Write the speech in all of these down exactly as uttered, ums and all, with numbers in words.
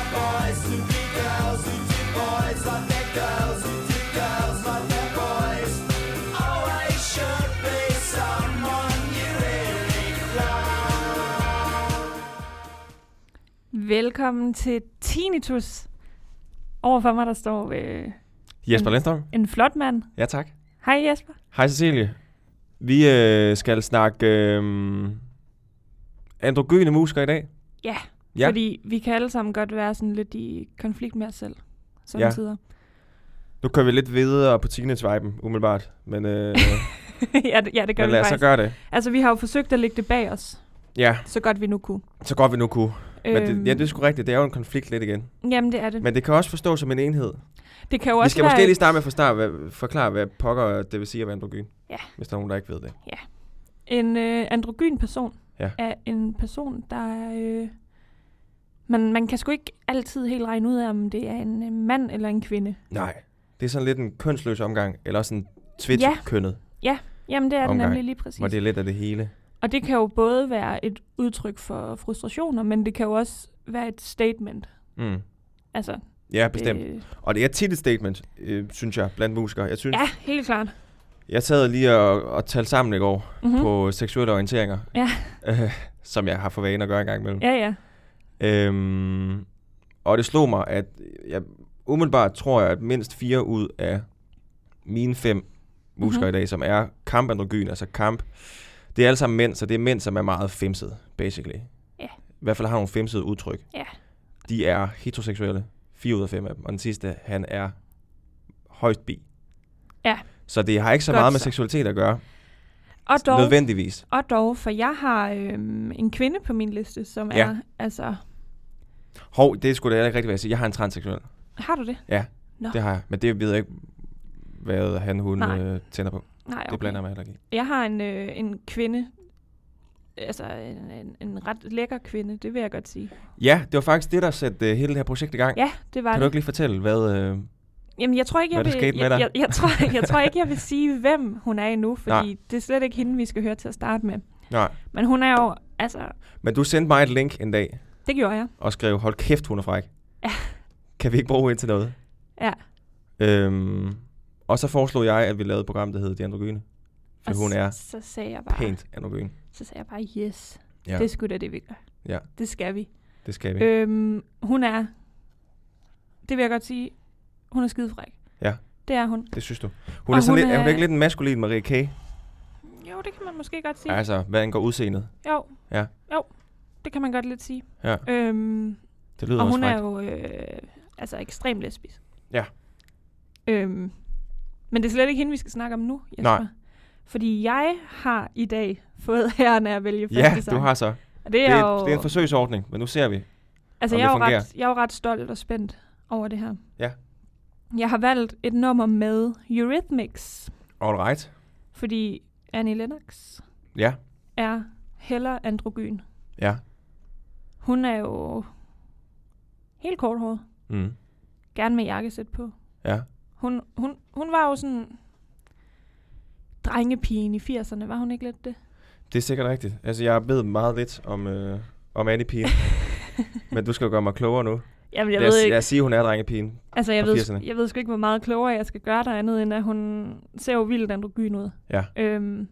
boys who be girls who do boys like they're girls who do girls like they're boys. Always should be someone you really love. Velkommen til Tinnitus. Overfor mig, der står øh, Jesper en, Lindstrøm. en flot mand. Ja, tak. Hej Jesper. Hej Cecilie. Vi øh, skal snakke øh, androgyne musikere i dag. Ja, Ja. fordi vi kan alle sammen godt være sådan lidt i konflikt med os selv. Samtidig. Nu kører vi lidt videre på teenage-viben, umiddelbart. Men, øh, ja, det, ja, det gør men vi lad os så faktisk. gøre det. Altså, vi har jo forsøgt at lægge det bag os, Ja, så godt vi nu kunne. så godt vi nu kunne. Men Øhm, det, ja, det er sgu rigtigt. Det er jo en konflikt lidt igen. Jamen, det er det. Men det kan også forstås som en enhed. Det kan jo Vi også skal være måske lige et- starte med at forstå, hvad, forklare, hvad pokker det vil sige at være androgyn. Ja. Hvis der er nogen, der ikke ved det. En øh, androgyn person Ja. er en person, der er... Øh, man, man kan sgu ikke altid helt regne ud af, om det er en øh, mand eller en kvinde. Nej. Det er sådan lidt en kønsløs omgang. Eller sådan twitch-kønnet. Jamen, det er det Omgang, nemlig lige præcis. Hvor det er lidt af det hele. Og det kan jo både være et udtryk for frustrationer, men det kan jo også være et statement. Mm. Altså, Ja, bestemt. Øh, Og det er tit et statement, øh, synes jeg, blandt musikere. Jeg synes, ja, helt klart. jeg sad lige og, og talte sammen i går Mm-hmm. på seksuelle orienteringer, Ja. øh, som jeg har for vane at gøre en gang imellem. Ja, ja. Øhm, og det slog mig, at jeg umiddelbart tror jeg, at mindst fire ud af mine fem musikere Mhm. i dag, som er kampandrogyn, altså kamp, det er alle sammen mænd, så det er mænd, som er meget femsede, basically. Ja. I hvert fald har nogle femsede udtryk. Ja. De er heteroseksuelle, fire ud af fem af dem, og den sidste, han er højst bi. Ja. Så det har ikke så Godt meget med så. seksualitet at gøre, Og dog, nødvendigvis. og dog, for jeg har øhm, en kvinde på min liste, som Ja. er, altså... Hov, det skulle da ikke rigtigt være at sige. Jeg har en transseksuel. Har du det? Ja, Nå. det har jeg. Men det ved jeg ikke, hvad han, hun Nej. øh, tænder på. Nej, Det okay. blander mig heller ikke i. Jeg har en, øh, en kvinde, altså en, en, en ret lækker kvinde, det vil jeg godt sige. Ja, det var faktisk det, der satte øh, hele det her projekt i gang. Ja, det var Kan det. du ikke lige fortælle, hvad... Øh, Jamen, jeg tror ikke, jeg hvad der vil, skete med jeg, dig? jeg, jeg, tror, jeg tror ikke, jeg vil sige, hvem hun er endnu, fordi Nej. det er slet ikke hende, vi skal høre til at starte med. nej. Men hun er jo, altså, Men du sendte mig et link en dag det gjorde jeg. og skrev, hold kæft, hun er fræk. Ja. Kan vi ikke bruge hende til noget? Ja. Øhm, og så foreslog jeg, at vi lavede et program, der hedder De Androgyne. For Og hun er så, så sagde jeg bare, pænt androgyn. så sagde jeg bare, yes, Ja, det er sgu da det, vi gør. Ja. Det skal vi. det skal vi. Øhm, hun er, det vil jeg godt sige, hun er skidefræk. Ja. Det er hun. Det synes du. Hun og er, sådan hun lidt, er hun er- ikke lidt en maskulin Marie K? Jo, det kan man måske godt sige. Altså, hvad angår udseendet. Jo. Ja. Jo, det kan man godt lidt sige. Ja, Øhm, det lyder og også hun er frækt. jo øh, altså ekstremt lesbisk. Ja. Øhm, men det er slet ikke hende, vi skal snakke om nu, Jesper. Nej. Fordi jeg har i dag fået æren af at vælge Ja, første sang. du har så. Og det Det er, er, jo, det er en forsøgsordning, men nu ser vi. altså, om jeg er, det jo fungerer. ret, jeg er jo ret stolt og spændt over det her. Ja. Jeg har valgt et nummer med Eurythmics, All right. fordi Annie Lennox Ja, er heller androgyn. ja. Hun er jo helt korthåret. Mm. Gerne med jakkesæt på. Ja. Hun, hun, hun var jo sådan drengepigen i firserne, var hun ikke lidt det? Det er sikkert rigtigt. Altså, jeg ved meget lidt om, øh, om Annie Pigen. Men du skal jo gøre mig klogere nu. Jamen, jeg lad, ved os, ikke. lad os sige, hun er drengepigen. Altså, jeg fra ved, firserne. jeg ved sgu ikke, hvor meget klogere jeg skal gøre der andet, end at hun ser jo vildt androgyn ud. Ja. Øhm,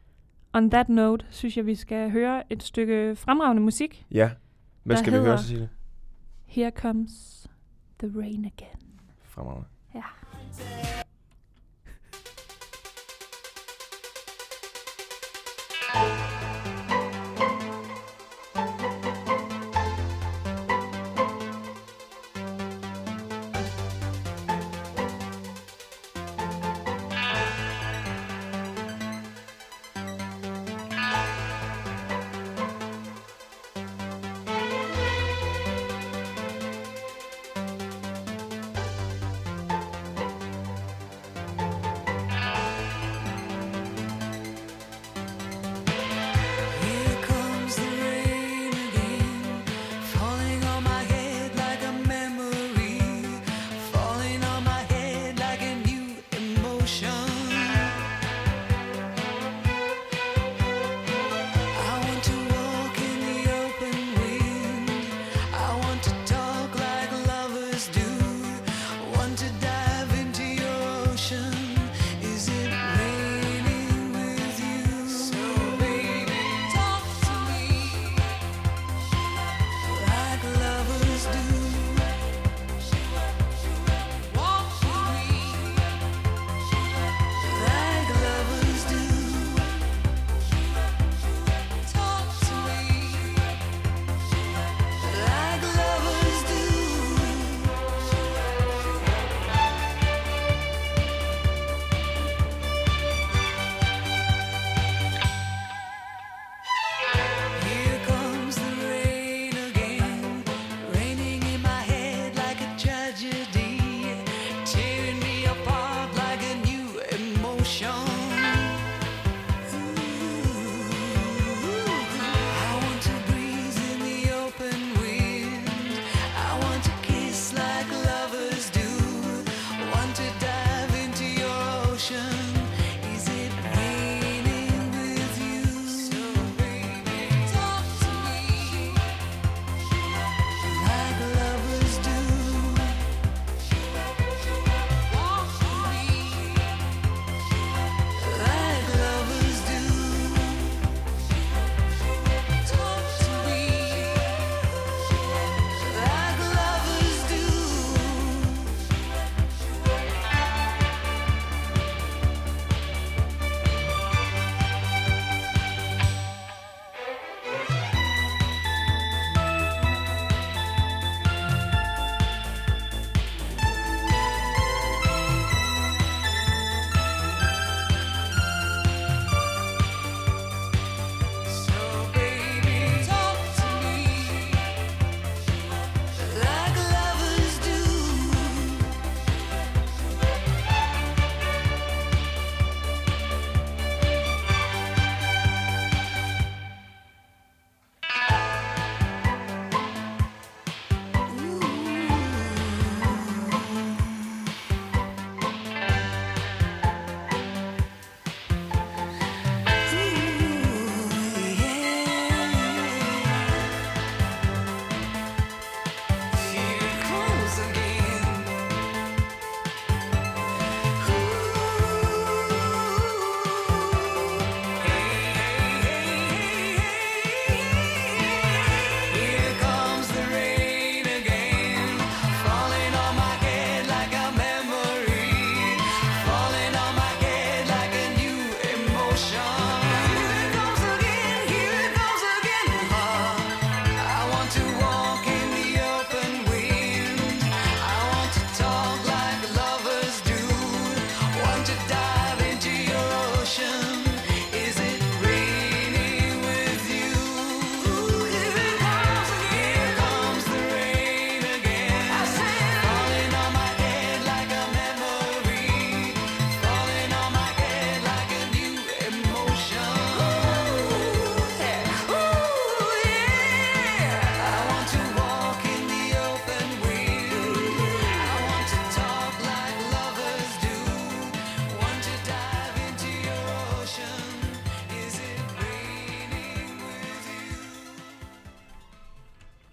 on that note, synes jeg, vi skal høre et stykke fremragende musik. Ja. Hvad Der skal vi hedder- høre, Cecilie? Here Comes the Rain Again. Fremragende. Ja.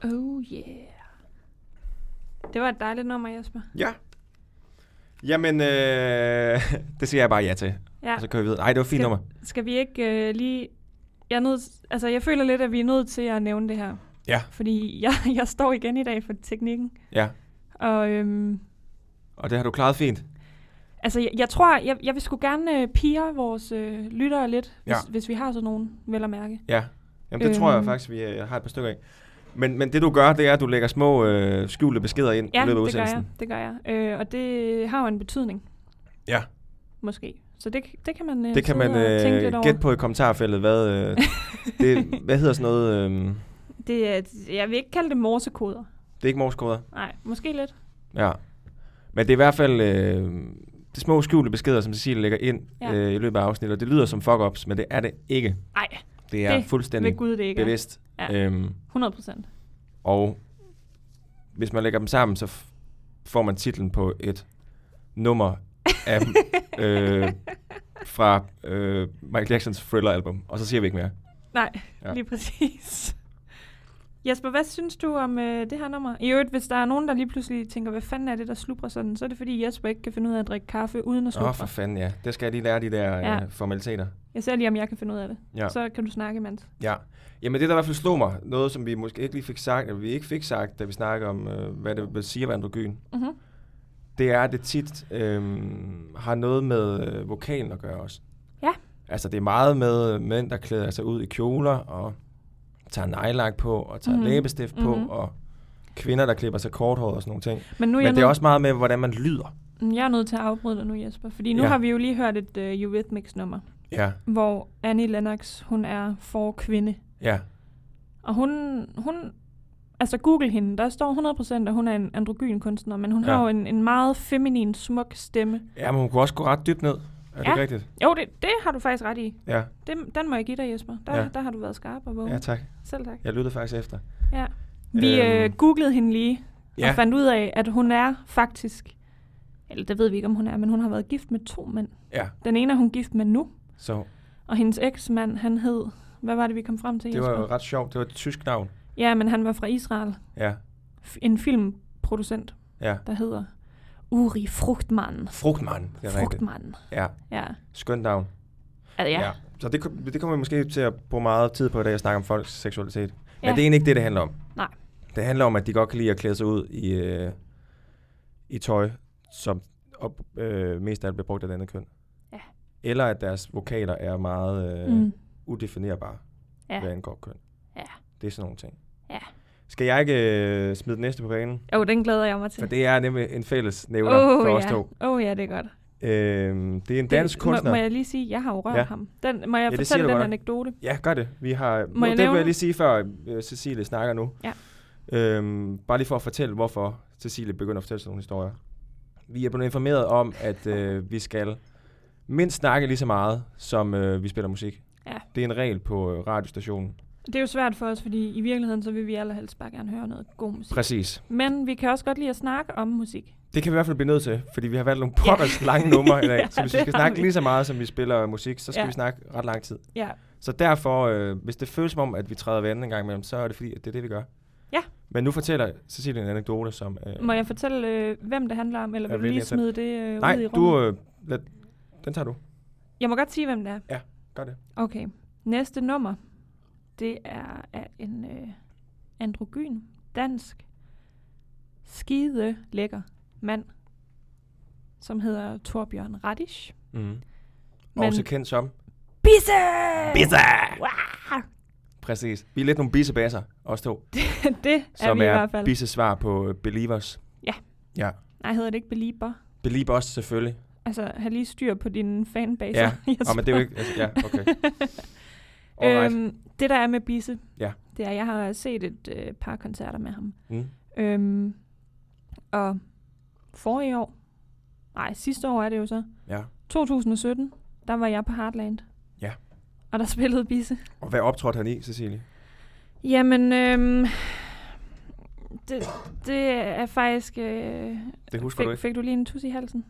Oh yeah. Det var et dejligt nummer, Jesper. Ja. Jamen, øh, det siger jeg bare ja til. Ja. Og så kører vi videre. Nej, det var et fint Skal- nummer. Skal vi ikke øh, lige... Jeg, er nødt, altså, jeg føler lidt, at vi er nødt til at nævne det her. Ja. Fordi jeg, jeg står igen i dag for teknikken. Ja. Og øhm, Og det har du klaret fint. altså, jeg, jeg tror, jeg, jeg vil sgu gerne øh, pire vores øh, lyttere lidt, hvis, Ja. hvis vi har sådan nogen, vel at mærke. Ja. Jamen, det tror jeg Øhm. faktisk, vi øh, har et par stykker af. Men, men det du gør, det er, at du lægger små øh, skjulte beskeder ind Ja, i løbet af det gør jeg. udsendelsen. Det gør jeg. Øh, og det har jo en betydning. Ja. Måske. Så det, det kan man øh, Det kan man sidde og tænke lidt øh, over. gætte på i kommentarfeltet. Hvad, øh, det, hvad hedder sådan noget? Øh, Det er, jeg vil ikke kalde det morsekoder. det er ikke morsekoder. Nej, måske lidt. Ja. Men det er i hvert fald øh, de små skjulte beskeder, som Cecilie lægger ind Ja. øh, i løbet af afsnittet. Det lyder som fuck-ups, men det er det ikke. Nej, Det er Det fuldstændig ved Gud det ikke er. bevidst. Ja. Øhm, hundrede procent. og hvis man lægger dem sammen, så f- får man titlen på et nummer af, øh, fra øh, Michael Jacksons Thriller-album. Og så siger vi ikke mere. Nej, Ja. ja. Lige præcis. Jesper, hvad synes du om øh, det her nummer? I øvrigt, hvis der er nogen, der lige pludselig tænker, hvad fanden er det, der slubrer sådan, så er det fordi Jesper ikke kan finde ud af at drikke kaffe uden at Åh, oh, slubre. for fanden, ja. Det skal jeg lige lære, de der Ja. øh, formaliteter. Jeg ser lige, om jeg kan finde ud af det. Ja. Så kan du snakke imens. Ja. Jamen det, der i hvert fald slog mig, noget som vi måske ikke lige fik sagt, eller vi ikke fik sagt, da vi snakker om, øh, hvad det vil sige at være androgyn, Mm-hmm. det er, at det tit øh, har noget med øh, vokalen at gøre også. Ja. Altså det er meget med mænd, der klæder sig ud i kjoler og tager nejlak på og tager Mhm. mm-hmm. læbestift på, Mhm. og kvinder, der klipper sig korthåret og sådan nogle ting. Men nu er Men jeg, det er nødt, også meget med, hvordan man lyder. jeg er nødt til at afbryde dig nu, Jesper. Fordi nu Ja. ja. har vi jo lige hørt et uh, Eurythmics-nummer, Ja, hvor Annie Lennox, hun er for kvinde. ja, Og hun, hun altså Google hende, der står hundrede procent, at hun er en androgyn kunstner, men hun Ja. har jo en, en meget feminin, smuk stemme. ja, men hun kunne også gå ret dybt ned. Er det Ja. ikke rigtigt? Jo, det, det har du faktisk ret i. Ja, Det, den må jeg give dig, Jesper. Der, Ja. ja. der har du været skarp og vågen. ja tak. Selv tak. Jeg lyttede faktisk efter. Ja. Vi Øhm. øh, googlede hende lige, Ja. og fandt ud af, at hun er faktisk, eller det ved vi ikke, om hun er, men hun har været gift med to mænd. Ja, Den ene er hun gift med nu, så og hendes eksmand, han hed, hvad var det, vi kom frem til, det Jesper? var jo ret sjovt. Det var et tysk navn. Ja, men han var fra Israel. Ja, F- en filmproducent, ja. der hedder Uri Fruchtmann. Frugtmann, det er rigtigt. Fruchtmann. Ja, Ja. skønt navn. Altså, ja. ja. Så det, kom- det kommer vi måske til at bruge meget tid på i dag at snakke om folks seksualitet. Men Ja. det er egentlig ikke det, det handler om. Nej. Det handler om, at de godt kan lide at klæde sig ud i, øh, i tøj, som op, øh, mest af alt bliver brugt af det andet køn. Ja. Eller at deres vokaler er meget øh, Mm. udefinerbare, Ja. hvad angår køn. Ja. Det er sådan nogle ting. Ja. Skal jeg ikke øh, smide den næste på banen? Jo, den glæder jeg mig til. For det er nemlig en fælles nævner Åh, for os ja. to. Åh ja, det er godt. Øh, det er en dansk det, kunstner. Må, må jeg lige sige, jeg har jo rørt Ja. ham. Den, må jeg det ja, siger fortælle du den godt. anekdote? Ja, gør det. Vi har, nu, jeg det vil nævne- jeg lige sige, før øh, Cecilie snakker nu. Ja. Øhm, bare lige for at fortælle, hvorfor Cecilie begynder at fortælle sådan nogle historier. Vi er blevet informeret om, at øh, vi skal mindst snakke lige så meget, som øh, vi spiller musik. Ja. Det er en regel på øh, radiostationen. Det er jo svært for os, fordi i virkeligheden, så vil vi allerhelst bare gerne høre noget god musik. Præcis. Men vi kan også godt lide at snakke om musik. Det kan vi i hvert fald blive nødt til, fordi vi har valgt nogle pokkers ja. lange numre i dag. Ja, Så hvis det vi skal har snakke vi. lige så meget, som vi spiller musik, så skal Ja. vi snakke ret lang tid. Ja. Så derfor, øh, hvis det føles som om, at vi træder vandet en gang imellem, så er det fordi, at det er det, vi gør. Ja. Men nu fortæller Cecilie en anekdote, som... Øh, Må jeg fortælle, øh, hvem det handler om, eller Ja, vil du vælg lige at tage- smide det øh, ud i Nej, rummet? du... Øh, lad, den tager du. Jeg må godt sige, hvem det er. Gør det. Okay. Næste nummer, det er af en øh, androgyn, dansk, skide lækker mand, som hedder Torbjørn Radish. Mm. Men- Også kendt som... Bisse! Bisse! Wow! Præcis. Vi er lidt nogle bissebasser, os to. Det er Som vi i er hvert fald. Bisses svar på uh, Believers. Ja. Ja. Nej, hedder det ikke Belieber? Believers selvfølgelig. Altså, have lige styr på din fanbase. Ja. Oh, men det er jo ikke... Altså, ja, okay. Alright. øhm, det der er med Bisse, Ja. det er, jeg har set et øh, par koncerter med ham. Mm. Øhm, og forrige år, nej, sidste år er det jo så, Ja. to tusind og sytten, der var jeg på Heartland. Ja. Og der spillede Bisse. Og hvad optrådte han i, Cecilie? Jamen, øhm, det, det er faktisk... Øh, Det husker fik, du ikke? Fik du lige en tus i halsen?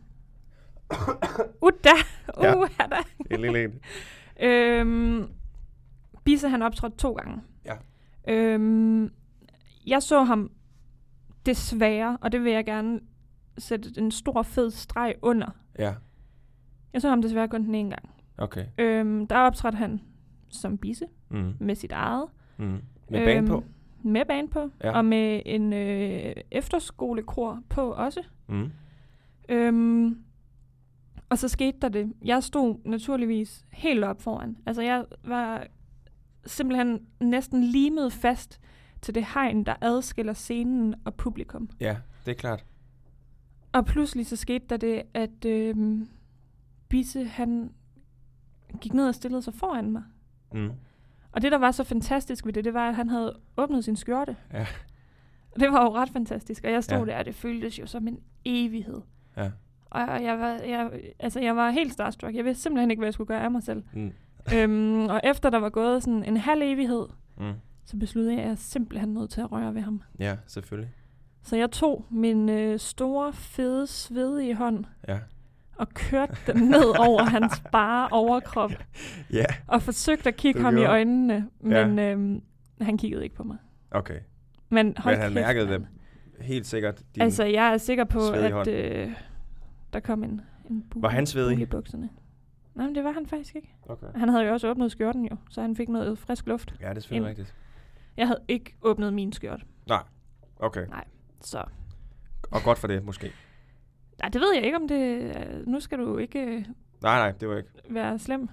Uh, da! Uh, Ja. ja. da! En lille en. Øhm, Bisse, han optrådte to gange. Ja. Øhm, jeg så ham desværre, og det vil jeg gerne sætte en stor fed streg under. Ja, Jeg så ham desværre kun den ene gang. okay. Øhm, der optrådte han som Bisse Mm. med sit eget. Mm. Med band på? Med band på, Ja. og med en øh, efterskolekor på også. Mm. Øhm, og så skete der det. Jeg stod naturligvis helt op foran. Altså jeg var simpelthen næsten limet fast til det hegn, der adskiller scenen og publikum. Ja, det er klart. Og pludselig så skete der det, at øh, Bisse, han gik ned og stillede sig foran mig. Mm. Og det, der var så fantastisk ved det, det var, at han havde åbnet sin skjorte. Ja. Og det var jo ret fantastisk. Og jeg stod Ja. der, og det føltes jo som en evighed. Ja. Og jeg var, jeg, altså, jeg var helt starstruck. Jeg vidste simpelthen ikke, hvad jeg skulle gøre af mig selv. Mm. øhm, og efter der var gået sådan en halv evighed, Mm. så besluttede jeg, at jeg er simpelthen nødt til at røre ved ham. Ja, selvfølgelig. Så jeg tog min øh, store, fede, svedige hånd Ja. og kørte den ned over hans bare overkrop. Ja, Og forsøgte at kigge Du ham i gjorde. øjnene, men øhm, han kiggede ikke på mig. okay. Men, hold Men han kæft, mærkede mand. det helt sikkert. Din... Altså, jeg er sikker på, svedige at hånd. øh, der kom en, en bule, Var han svedig? bule i bukserne. Nej, men det var han faktisk ikke. Okay. Han havde jo også åbnet skjorten jo, så han fik noget frisk luft. Ja, det er selvfølgelig Ind. rigtigt. Jeg havde ikke åbnet min skjort, Okay. så... Og godt for det, måske. Nej, det ved jeg ikke, om det... Øh, nu skal du ikke øh, Nej, nej, det var ikke. være slem.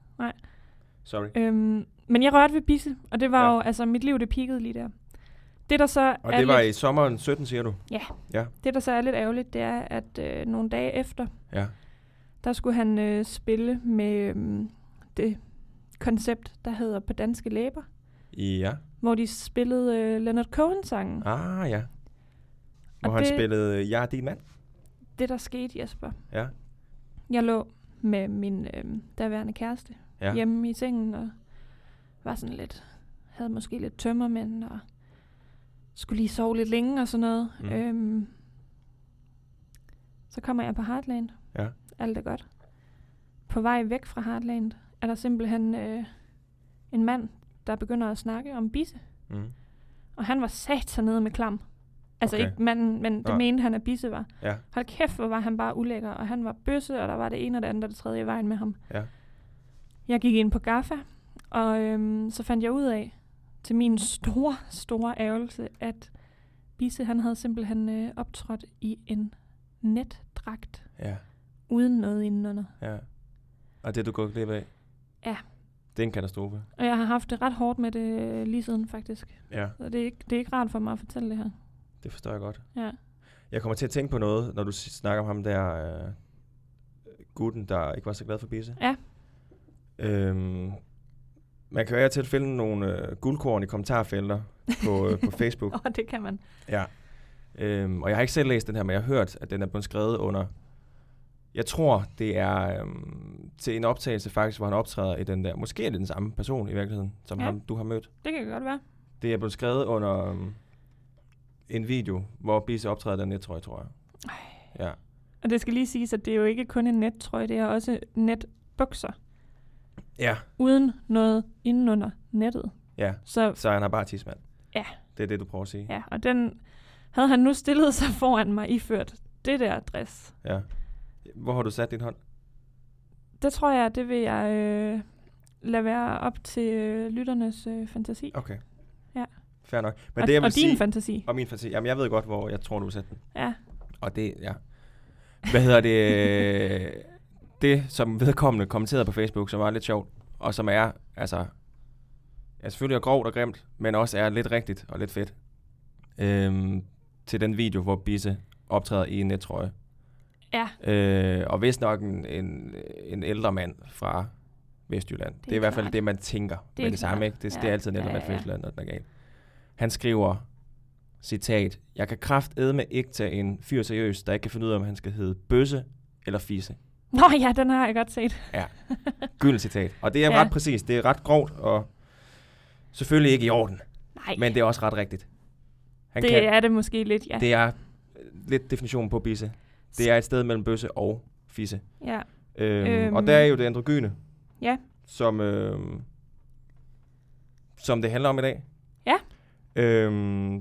Sorry. Øhm, men jeg rørte ved Bisse, og det var Ja. jo... Altså, mit liv, det peakede lige der. Det, der så Og er det var lidt, i sommeren sytten, siger du? det, der så er lidt ærgerligt, det er, at øh, nogle dage efter, Ja. der skulle han øh, spille med øh, det koncept, der hedder På Danske Læber, Ja. hvor de spillede øh, Leonard Cohen-sangen. Ah, ja. Hvor Og han det- spillede øh, Jeg er din mand. Det, der skete, Jesper. Ja. Jeg lå med min øh, daværende kæreste Ja. hjemme i sengen, og var sådan lidt, havde måske lidt tømmermænd, og skulle lige sove lidt længe og sådan noget. Mm. Øhm, så kommer jeg på Heartland. Ja. Alt er godt. På vej væk fra Heartland er der simpelthen øh, en mand, der begynder at snakke om Bisse. Mm. Og han var sat nede med klam. Altså Okay. ikke manden, men det Nå. mente han, at Bisse var. Ja. Hold kæft, hvor var han bare ulækker, og han var bøsse, og der var det ene og det andet og det tredje i vejen med ham. Ja. Jeg gik ind på Gaffa, og øhm, så fandt jeg ud af, til min store, store ærgelse, at Bisse, han havde simpelthen øh, optrådt i en netdragt, Ja. uden noget indenunder. Ja. Og det er du gået glip af? Ja. Det er en katastrofe. Og jeg har haft det ret hårdt med det øh, lige siden, faktisk. Ja. Så det er, ikke, det er ikke rart for mig at fortælle det her. Det forstår jeg godt. Ja. Jeg kommer til at tænke på noget, når du s- snakker om ham der øh, gutten, der ikke var så glad for Bisse. Ja. Øhm, man kan jo af og til finde nogle øh, guldkorn i kommentarfelter på, øh, på Facebook. Og det kan man. Ja. Øhm, og jeg har ikke selv læst den her, men jeg har hørt, at den er blevet skrevet under... Jeg tror, det er øhm, til en optagelse faktisk, hvor han optræder i den der... Måske er det den samme person i virkeligheden, som Ja. ham, du har mødt. Det kan godt være. Det er blevet skrevet under øhm, en video, hvor Bisse optræder den net, tror jeg, tror jeg. Ja. Og det skal lige siges, at det er jo ikke kun en nettrøje, det er også netbukser. Ja. Uden noget indenunder nettet. Ja, Så så han har bare tidsmand. Ja. Det er det, du prøver at sige. ja, og den havde han nu stillet sig foran mig iført det der dress. Ja. Hvor har du sat din hånd? Det tror jeg, det vil jeg øh, lade være op til øh, lytternes øh, fantasi. Okay. Ja. Fair nok. Men og det, jeg vil og din sige, fantasi. og min fantasi. Jamen, jeg ved godt, hvor jeg tror, du har sat den. Ja. Og det, ja. Hvad hedder det? Det, som vedkommende kommenterede på Facebook, som var lidt sjovt, og som er, altså, ja, selvfølgelig er grovt og grimt, men også er lidt rigtigt og lidt fedt. Øhm, til den video, hvor Bisse optræder i en nettrøje. Ja. Øh, og vist nok en, en, en ældre mand fra Vestjylland. Det er, det er i hvert fald klart. det, man tænker Det det er med det samme. klart. Ikke? Det, Ja. det er altid en ældre Ja, mand fra ja, ja. Vestjylland, når den er galt. Han skriver, citat, jeg kan kraftedme ikke tage en fyr seriøst, der ikke kan finde ud af, om han skal hedde Bøsse eller Fisse. Nå ja, den har jeg godt set. Gyldent citat. Og det er Ja. ret præcis. Det er ret grovt, og selvfølgelig ikke i orden. Nej, Men det er også ret rigtigt. Han det kan, er det måske lidt, ja. det er lidt definitionen på Bisse. Det er et sted mellem Bøsse og Fisse. ja. Øhm, Øhm. Og der er jo det androgyne, Ja. som, øhm, som det handler om i dag. Ja. Øhm,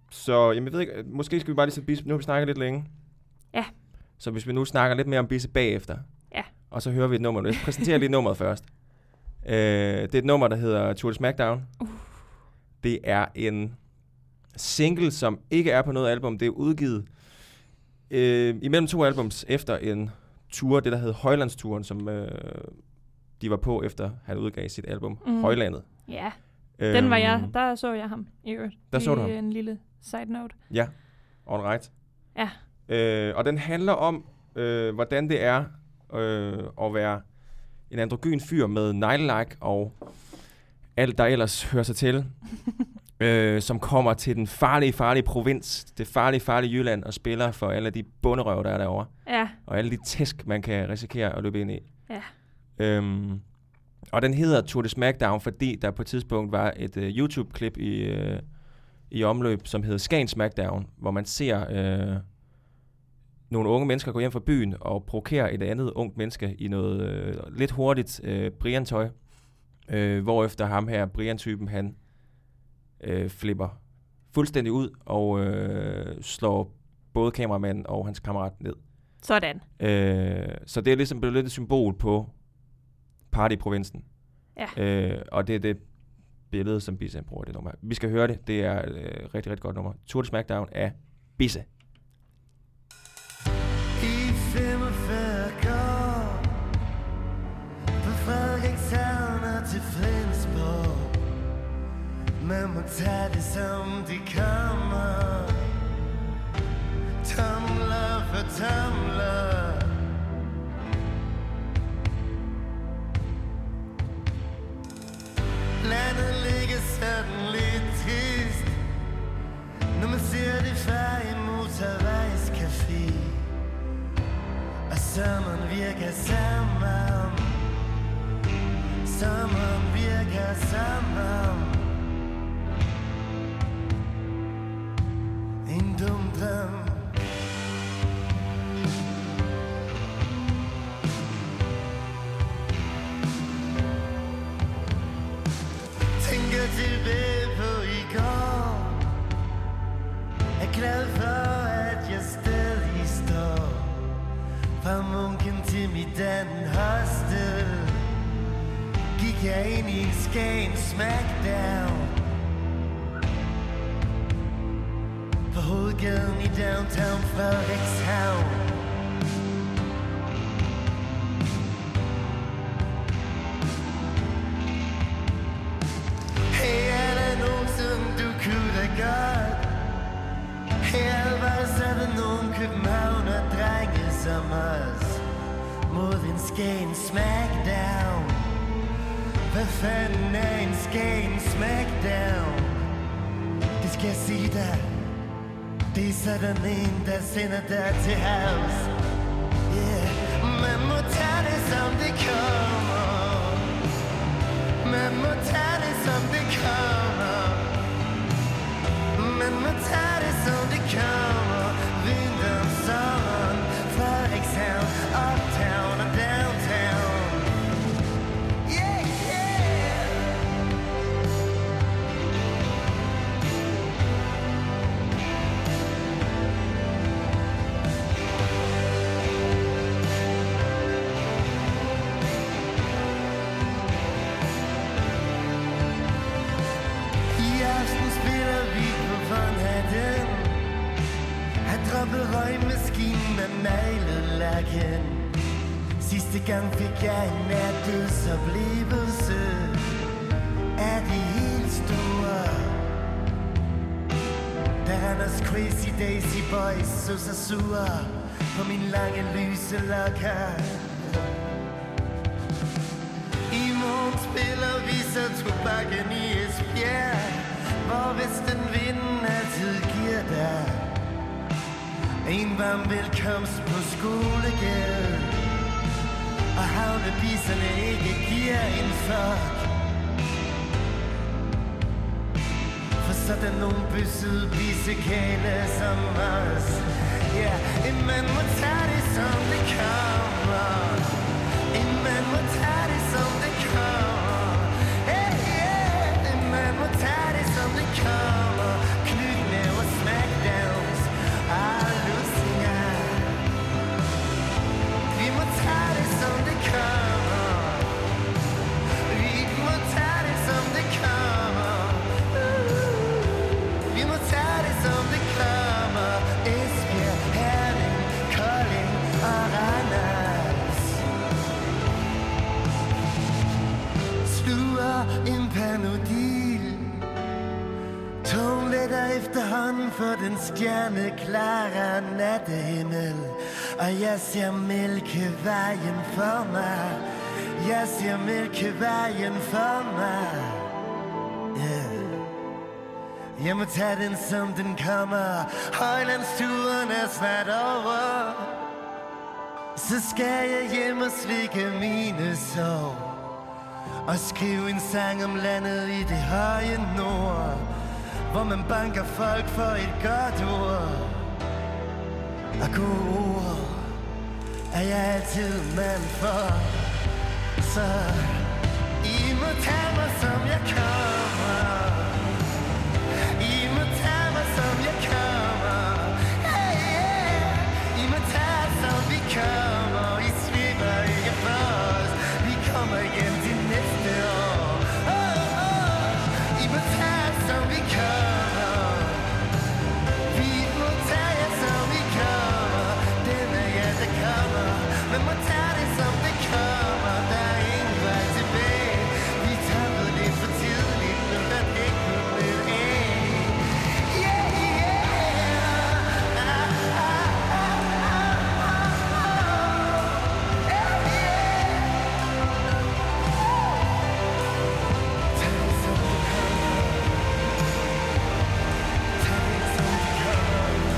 Så, jamen, jeg ved ikke, måske skal vi bare lige sætte Bisse. Nu har vi snakket lidt længe. Ja. Så hvis vi nu snakker lidt mere om Bisse bagefter. Ja. Og så hører vi et nummer. Jeg præsenterer lige nummeret først. Uh, det er et nummer, der hedder Tour de Smackdown. Uh. Det er en single, som ikke er på noget album. Det er udgivet uh, imellem to albums efter en tour, det der hed Højlandsturen, som uh, de var på efter han udgav sit album mm. Højlandet. Ja, yeah. Den var jeg, der så jeg ham i øvrigt. Der så du ham? En lille side note. Ja, all right. Ja. Uh, og den handler om, uh, hvordan det er uh, at være en androgyn fyr med neglelak og alt, der ellers hører sig til, øh, som kommer til den farlige, farlige provins, det farlige, farlige Jylland, og spiller for alle de bunderøv, der er derovre. Ja. Og alle de tæsk, man kan risikere at løbe ind i. Ja. Øhm, og den hedder Tour de Smackdown, fordi der på et tidspunkt var et uh, YouTube-klip i, uh, i omløb, som hedder Skagen Smackdown, hvor man ser... Uh, nogle unge mennesker går hjem fra byen og provokerer et andet ungt menneske i noget øh, lidt hurtigt øh, Brian-tøj. Øh, hvorefter ham her, Brian-typen, han øh, flipper fuldstændig ud og øh, slår både kameramanden og hans kammerat ned. Sådan. Øh, så det er ligesom blevet lidt et symbol på party-provinsen. Ja. Øh, og det er det billede, som Bisse bruger det nummer. Vi skal høre det. Det er et øh, rigtig, rigtig godt nummer. Tour de Smackdown af Bisse. femogfyrre går på Frederikshavn og til Flensborg. Man må tage det som de kommer, tomler for tomler. Landet ligger sådan lidt trist, når man ser det fra en motorvejscafé. Og sommeren virker sammen, sommeren virker sammen. En dum drøm. Tænker tilbage på i går, er glad for at jeg stadig står. Fra Munken til mit anden hostel gik jeg ind i en Skagen Smackdown på hovedgaden i downtown Frederikshavn. Hey, er der nogen, som du kunne da godt? Her var så der nogen københavner drenge som os mod en Skagen Smackdown. Hvad fanden er en Skagen Smackdown? Det skal jeg sige dig. Det er sådan en, der sender dig til havs. Yeah, man må tage det som det kommer. Man må tage det som det kommer. Man må tage det som det kommer. Vinteren, sommeren, Frederikshavn, uptown og downtown. Yeah, yeah. I aften spiller vi på Vanhatten. Har droppet røgmaskinen af neglelakken. Sidste gang fik jeg en nær dødsoplevelse af de helt store. Da Randers Crazy Daisy Boys så sig sure på min lange lyse lokker. I morgen spiller vi så tobakken i Esbjerg, hvor vestenvinden altid giver dig en varm velkomst på skolegade. Og havnebisserne ikke giver en fuck, for sådan nogle bøssede bissekale som os. Ja, en mand må tage det som det kommer. En mand må tage det som det kommer. Hey, yeah. En mand må tage det som det kommer. Knytnæve og smag. hånden for den stjerneklare nattehimmel, og jeg ser Mælkevejen for mig. Jeg ser Mælkevejen for mig. Yeah. Jeg må tage den som den kommer. Højlandsturen er snart over. Så skal jeg hjem og slikke mine sår og skrive en sang om landet i det høje nord, hvor man banker folk for et godt ord. Og gode ord er jeg altid mand for. Så I må tage mig som jeg kommer. I må tage mig som jeg kommer. Hey, yeah. I må tage som vi kommer. I slipper ikke for os. Vi kommer igen til næste år. Oh, oh. I må tage som vi kommer. Vi må tage som vi kommer. Den er jeg der kommer. Men må tage det som det kommer. Der er ingen vej tilbage. Vi tabte lidt for tidligt, men der er ikke kommet af. Yeah, yeah. Ah, ah, ah, ah, ah. Yeah, yeah. Tag det som det kommer. Tag det som det kommer.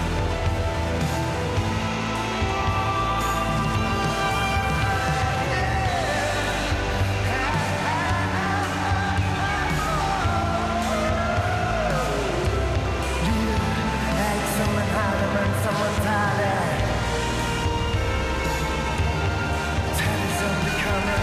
Livet er ikke som man har det, men som man tager det. Tag det som det kommer.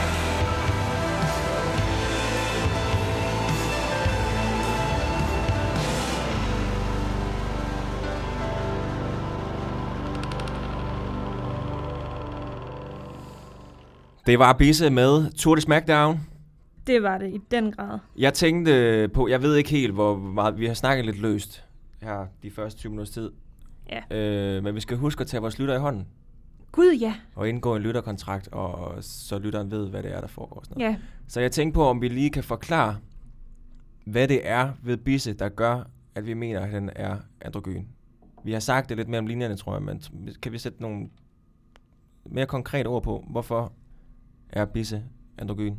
Det var Bisse med Tour de Smackdown. Det var det i den grad. Jeg tænkte på, jeg ved ikke helt, hvor meget, vi har snakket lidt løst her de første tyve minutters tid. Ja. Øh, men vi skal huske at tage vores lytter i hånden Gud, ja. og indgå en lytterkontrakt, og så lytteren ved, hvad det er, der foregår. Sådan noget. Ja. Så jeg tænkte på, om vi lige kan forklare, hvad det er ved Bisse, der gør, at vi mener, at den er androgyn. Vi har sagt det lidt mere om linjerne, tror jeg, men kan vi sætte nogle mere konkrete ord på, hvorfor er Bisse androgyn?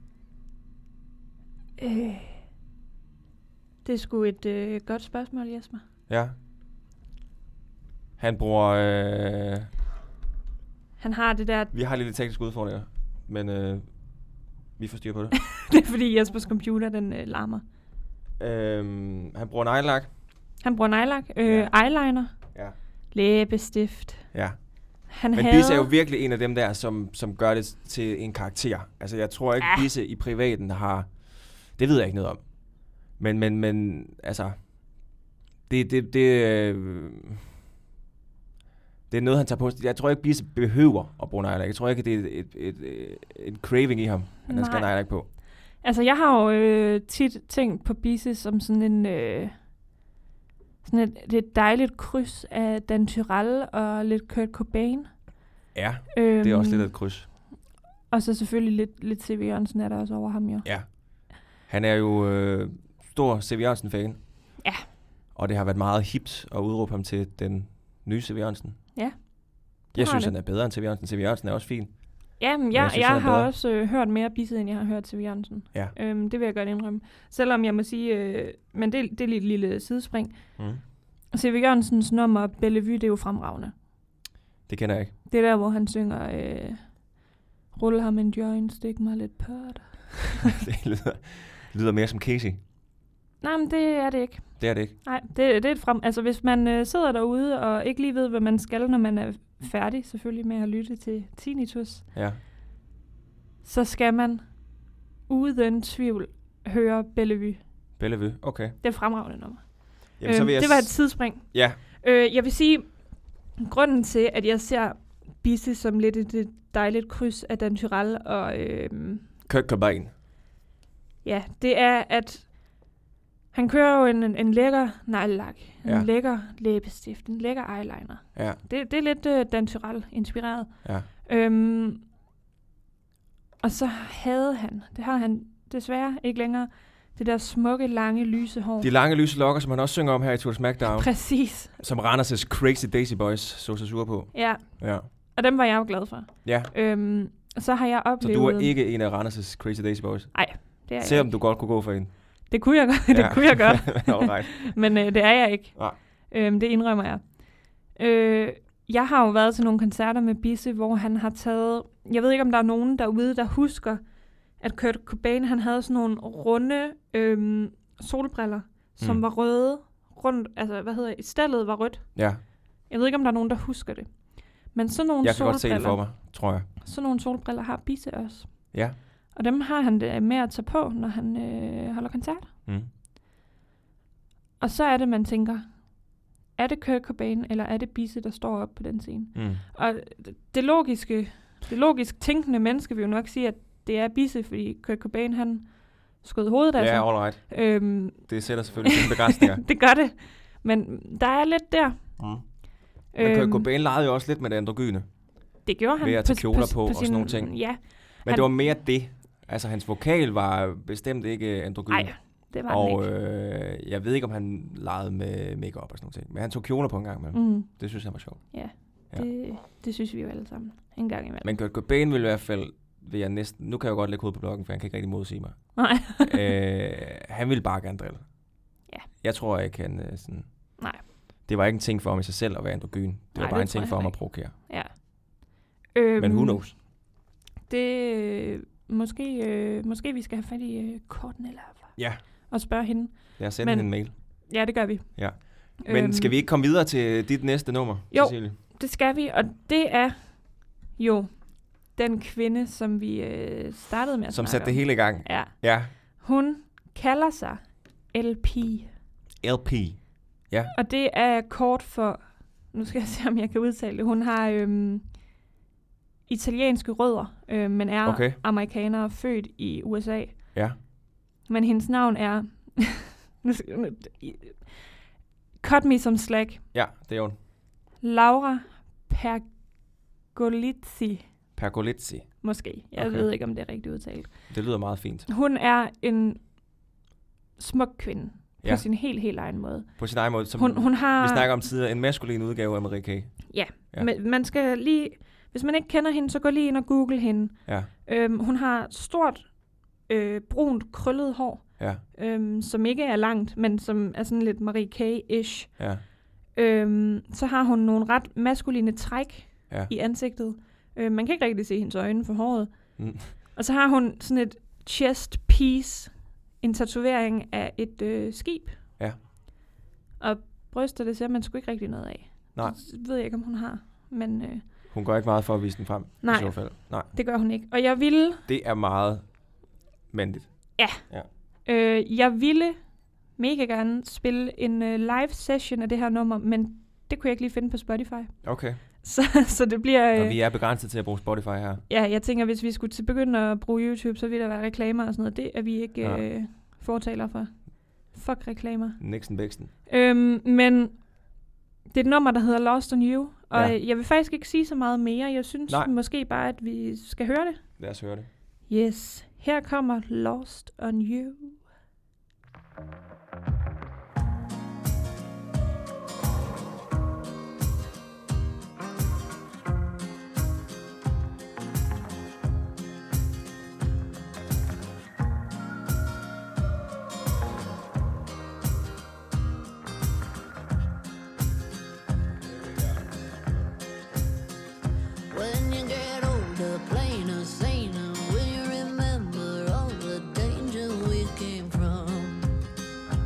Øh, det er sgu et øh, godt spørgsmål, Jesper. Ja. Han bruger... Øh, Han har det der... vi har lidt tekniske udfordringer, men øh, vi får styr på det. Det er fordi Jespers computer, den øh, larmer. øhm, han bruger neglelak. Han bruger neglelak, øh, Ja. eyeliner, Ja. læbestift. Ja. Han Men havde... Bisse er jo virkelig en af dem der, som, som gør det til en karakter. Altså, jeg tror ikke, Ah. Bisse i privaten har... Det ved jeg ikke noget om. Men, men, men altså... Det, det, det, øh, det er noget, han tager på. Jeg tror ikke, Bisse behøver at bruge neglelak. Jeg tror ikke, det er et, et, et, et, et craving i ham, at han skal have Nej. neglelak på. Altså, jeg har jo øh, tit tænkt på Bisse som sådan en... Øh, sådan et, et dejligt kryds af Dan Tyrell og lidt Kurt Cobain. Ja, Øhm, det er også lidt af et kryds. Og så selvfølgelig lidt, lidt C V Jørgensen er der også over ham, jo. Ja. Han er jo øh, stor C V Jørgensen-fan. Ja. Og det har været meget hipt at udråbe ham til den nye C V Jørgensen. Ja. Jeg har synes, det. han er bedre end C V Jørgensen. C V Jørgensen er også fin. Jamen, jeg jeg, jeg, synes, han er jeg har bedre. også øh, hørt mere Bisse, end jeg har hørt C V Jørgensen. Ja. Øhm, det vil jeg godt indrømme. Selvom jeg må sige, øh, men det, det er lige et lille sidespring. Mm. C V Jørgensens nummer Bellevue, det er jo fremragende. Det kender jeg ikke. Det er der, hvor han synger, øh, rulle ham en joint, stik mig lidt på det. Det lyder, lyder mere som Casey. Nej, men det er det ikke. Det er det ikke. Nej, det, det er et frem... Altså, hvis man øh, sidder derude og ikke lige ved, hvad man skal, når man er færdig, selvfølgelig med at lytte til Tinnitus, Ja. så skal man uden tvivl høre Bellevue. Bellevue, okay. Det er et fremragende nummer. Jamen, så vil jeg det var et s- tidsspring. Ja, Øh, jeg vil sige, grunden til, at jeg ser Bisse som lidt et, et dejligt kryds af Dan Tyrell og... Øh, Kurt Cobain. ja, det er, at han kører jo en, en, en lækker neglelak, en Ja. lækker læbestift, en lækker eyeliner. Ja, Det, det er lidt uh, Dan Tyrell-inspireret. ja. Øhm, og så havde han, det har han desværre ikke længere, Det der smukke, lange, lyse hår. De lange lyse lokker, som han også synger om her i Tour SmackDown. Præcis. Som Randers' Crazy Daisy Boys så så sure på. Ja, Ja. og dem var jeg jo glad for. Ja. Øhm, så har jeg Så oplevet... du er ikke en af Randers' Crazy Daisy Boys? Nej, det er jeg Selvom ikke. du godt kunne gå for en. Det kunne jeg godt, det Ja. kunne jeg godt. Alright. Men øh, det er jeg ikke. Nej. Øhm, det indrømmer jeg. Øh, jeg har jo været til nogle koncerter med Bisse, hvor han har taget... Jeg ved ikke, om der er nogen derude, der husker, at Kurt Cobain, han havde sådan nogle runde øhm, solbriller, som Mm. var røde. Rundt, altså, hvad hedder det? Stallet var rødt. Ja, Jeg ved ikke, om der er nogen, der husker det. Men sådan nogle jeg kan godt se det for solbriller, mig, tror jeg. sådan nogle solbriller har Bisse også. Ja. Og dem har han det med at tage på, når han øh, holder koncert. Mm. Og så er det, man tænker, er det Kurt Cobain, eller er det Bisse, der står op på den scene? Mm. Og det, det logiske, det logisk tænkende menneske vil jo nok sige, at det er Bisse, fordi Kurt Cobain, han skød hovedet af sig. Ja, alright. Øhm, Det sætter selvfølgelig sine begrænsninger. det gør det. Men der er lidt der. Mm. Men Kurt Cobain legede jo også lidt med det androgyne. Det gjorde han. ved at tage kjoler på og sådan sin- nogle ting. Ja. Men Han- det var mere det. Altså, hans vokal var bestemt ikke androgyn. Nej, det var Og han ikke. øh, jeg ved ikke, om han legede med makeup og sådan noget ting. Men han tog kjoler på en gang imellem. Mm, Det synes jeg var sjovt. ja, Ja. det, det synes vi jo alle sammen. En gang imellem. Men Kurt Cobain vil i hvert fald, vil jeg næsten, nu kan jeg jo godt lægge hovedet på blokken, for han kan ikke rigtig modsige mig. Nej. øh, han ville bare gerne drille. Ja. Jeg tror ikke, han øh, sådan... Nej. Det var ikke en ting for ham i sig selv at være androgyn. Det Nej, var bare det en tror ting jeg for ham heller at provokere. Ja. Øhm, Men who knows? Det, øh, måske, øh, måske vi skal have fat i øh, Courtney Love Ja, og spørge hende. lad os sende Men- hende en mail. Ja, det gør vi. Ja. Men Øhm, skal vi ikke komme videre til dit næste nummer, Jo. Cecilie? Det skal vi, og det er jo den kvinde, som vi øh, startede med at Som snakke satte det om. hele i gang. Ja. Ja. Hun kalder sig L P, L P. Ja. og det er kort for, nu skal jeg se, om jeg kan udtale det, hun har øhm, italienske rødder, øh, men er Okay. amerikaner født i U S A. Ja. Men hendes navn er... nu skal, nu, cut me some slack. Ja, det er hun. Laura Pergolizzi, Pergolizzi. måske. Jeg Okay. ved ikke, om det er rigtigt udtalt. Det lyder meget fint. Hun er en smuk kvinde. På Ja. sin helt, helt egen måde. På sin egen måde, som Hun, hun har... vi snakker om tidligere, en maskulin udgave af Marie K. Ja, Ja. men man skal lige... Hvis man ikke kender hende, så gå lige ind og google hende. Ja, Øhm, hun har stort, øh, brunt, krøllet hår, ja, øhm, som ikke er langt, men som er sådan lidt Marie K-ish. ja, Øhm, så har hun nogle ret maskuline træk ja. i ansigtet. Øh, man kan ikke rigtig se hendes øjne for håret. Mm. Og så har hun sådan et chest piece, en tatovering af et øh, skib. Ja. Og bryster, det ser man sgu ikke rigtig noget af. Nej. Det ved jeg ikke, om hun har, men øh, Hun går ikke meget for at vise den frem. Nej. I så fald. Nej. det gør hun ikke. Og jeg ville, Det er meget mandligt. øh, jeg ville mega gerne spille en øh, live session af det her nummer, men det kunne jeg ikke lige finde på Spotify. Okay. Så, så det bliver... Og Øh, vi er begrænset til at bruge Spotify her. ja, jeg tænker, hvis vi skulle til begynde at bruge YouTube, så ville der være reklamer og sådan noget. Det er vi ikke Ja. øh, fortaler for. Fuck reklamer. Nixon Bixen. Øhm, men det er et nummer, der hedder Lost on You. Og Ja. ja. jeg vil faktisk ikke sige så meget mere. Jeg synes Nej. måske bare, at vi skal høre det. Lad os høre det. Yes. Her kommer Lost on You. When you get older, plainer, saner, will you remember all the danger we came from?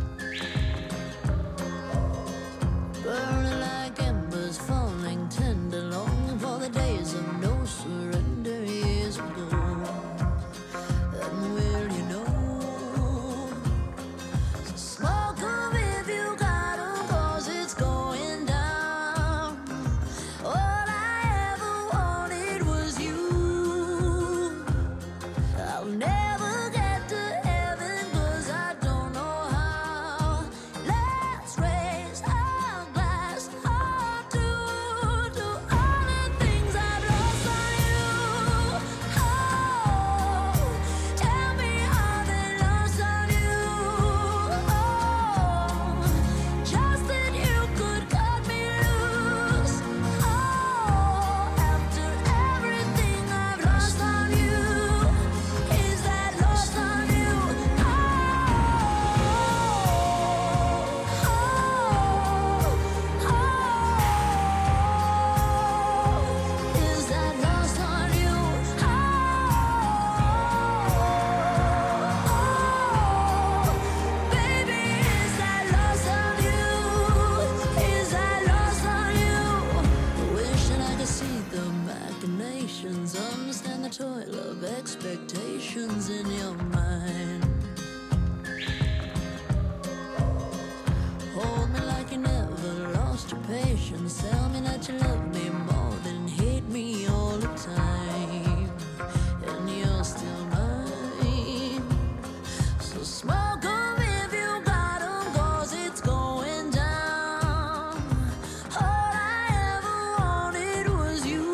and tell me that you love me more than hate me all the time. And you're still mine. So smoke 'em if you got 'em, 'cause it's going down. All I ever wanted was you.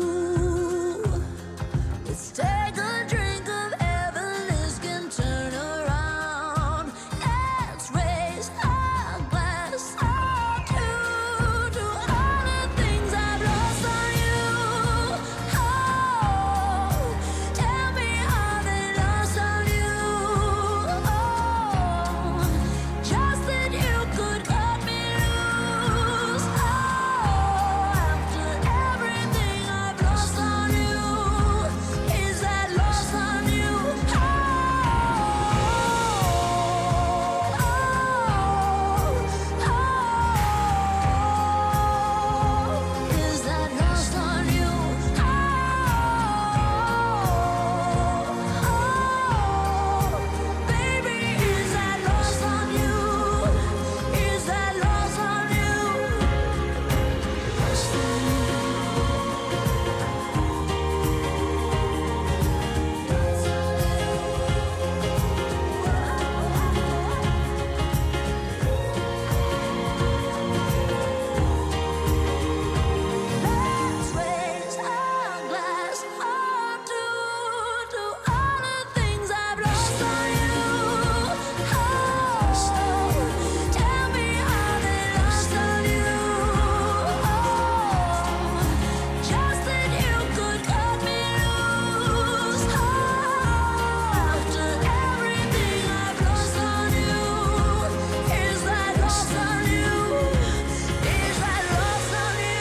Let's take a drink of Everlist can turn around. Let's raise our glass or two to all the things I've lost on you. Oh, tell me how they lost on you. Oh, just that you could cut me loose. Oh, after everything I've lost on you, is that lost on you? Oh, oh, oh, is that lost on you? Oh, oh, baby, is that lost on you? Is that lost on you? Lost on Let's raise our glass or two to all the things I've lost on you. Oh, tell me how they lost on you. Oh, just that you could cut me loose. Oh, after everything I've lost on you, is that lost on you? Is that lost on you?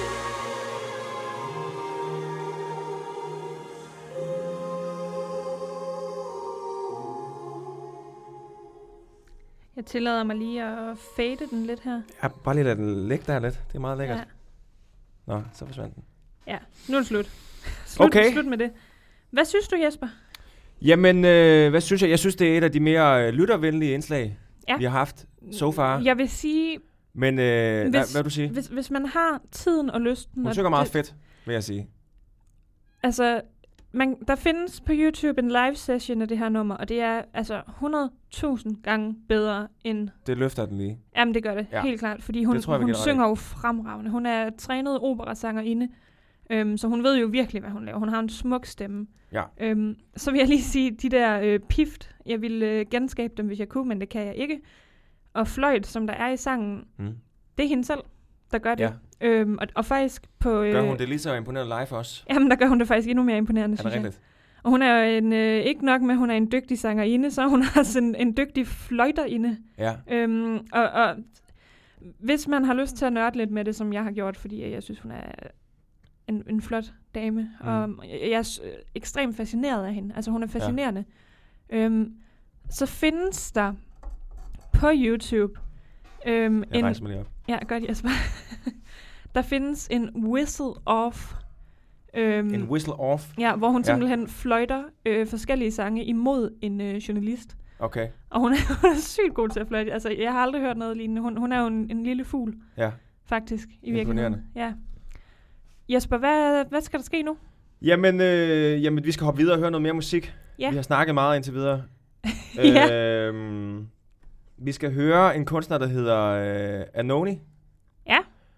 Jeg tillader mig lige at fade den lidt her. Ja, bare lige lad den ligge der lidt. Det er meget lækkert. Ja. Nå, så forsvandt den. Ja, nu er det slut. slut Okay. Slut med det. Hvad synes du, Jesper? Jamen, øh, hvad synes jeg? Jeg synes, det er et af de mere øh, lyttervenlige indslag, Ja. vi har haft so far. Jeg vil sige, Men, øh, Hvis- hvad, hvad vil du sige? hvis, hvis man har tiden og lysten... Hun og synger meget det- fedt, vil jeg sige. Altså, man, der findes på YouTube en live session af det her nummer, og det er altså hundrede tusind gange bedre end... Det løfter den lige. Jamen, det gør det, Ja. ja. helt klart, fordi hun, Det tror jeg, vi hun giver dig synger jo fremragende. Hun er trænet operasangerinde, øhm, så hun ved jo virkelig, hvad hun laver. Hun har en smuk stemme. Ja. Øhm, så vil jeg lige sige, de der øh, pift, jeg ville øh, genskabe dem, hvis jeg kunne, men det kan jeg ikke. Og fløjt, som der er i sangen, Mm. det er hende selv, der gør det. Ja. Øhm, og, og faktisk på... Øh, Gør hun det lige så imponerende live også? Jamen, der gør hun det faktisk endnu mere imponerende, Er det synes jeg. rigtigt? Og hun er jo en, øh, ikke nok med, at hun er en dygtig sangerinde, så er hun også en, en dygtig fløjterinde. Ja. Øhm, og, og hvis man har lyst til at nørde lidt med det, som jeg har gjort, fordi jeg synes, hun er en, en flot dame, Mm. og jeg, jeg er s- ekstremt fascineret af hende. Altså, hun er fascinerende. Ja. Øhm, så findes der på YouTube øhm, Jeg en... rejser mig lige op. Ja, godt, Jesper. Der findes en whistle off. Øhm, En whistle off. Ja, hvor hun Ja. simpelthen fløjter øh, forskellige sange imod en øh, journalist. Okay. Og hun er, hun er sygt god til at fløjte. Altså, jeg har aldrig hørt noget lignende. Hun, hun er jo en, en lille fugl, Ja. faktisk, i Imponerende. virkeligheden. Ja. Jesper, hvad, hvad skal der ske nu? Jamen, øh, jamen, vi skal hoppe videre og høre noget mere musik. Ja. Vi har snakket meget indtil videre. Ja. øhm, vi skal høre en kunstner, der hedder øh, Anoni. Ja.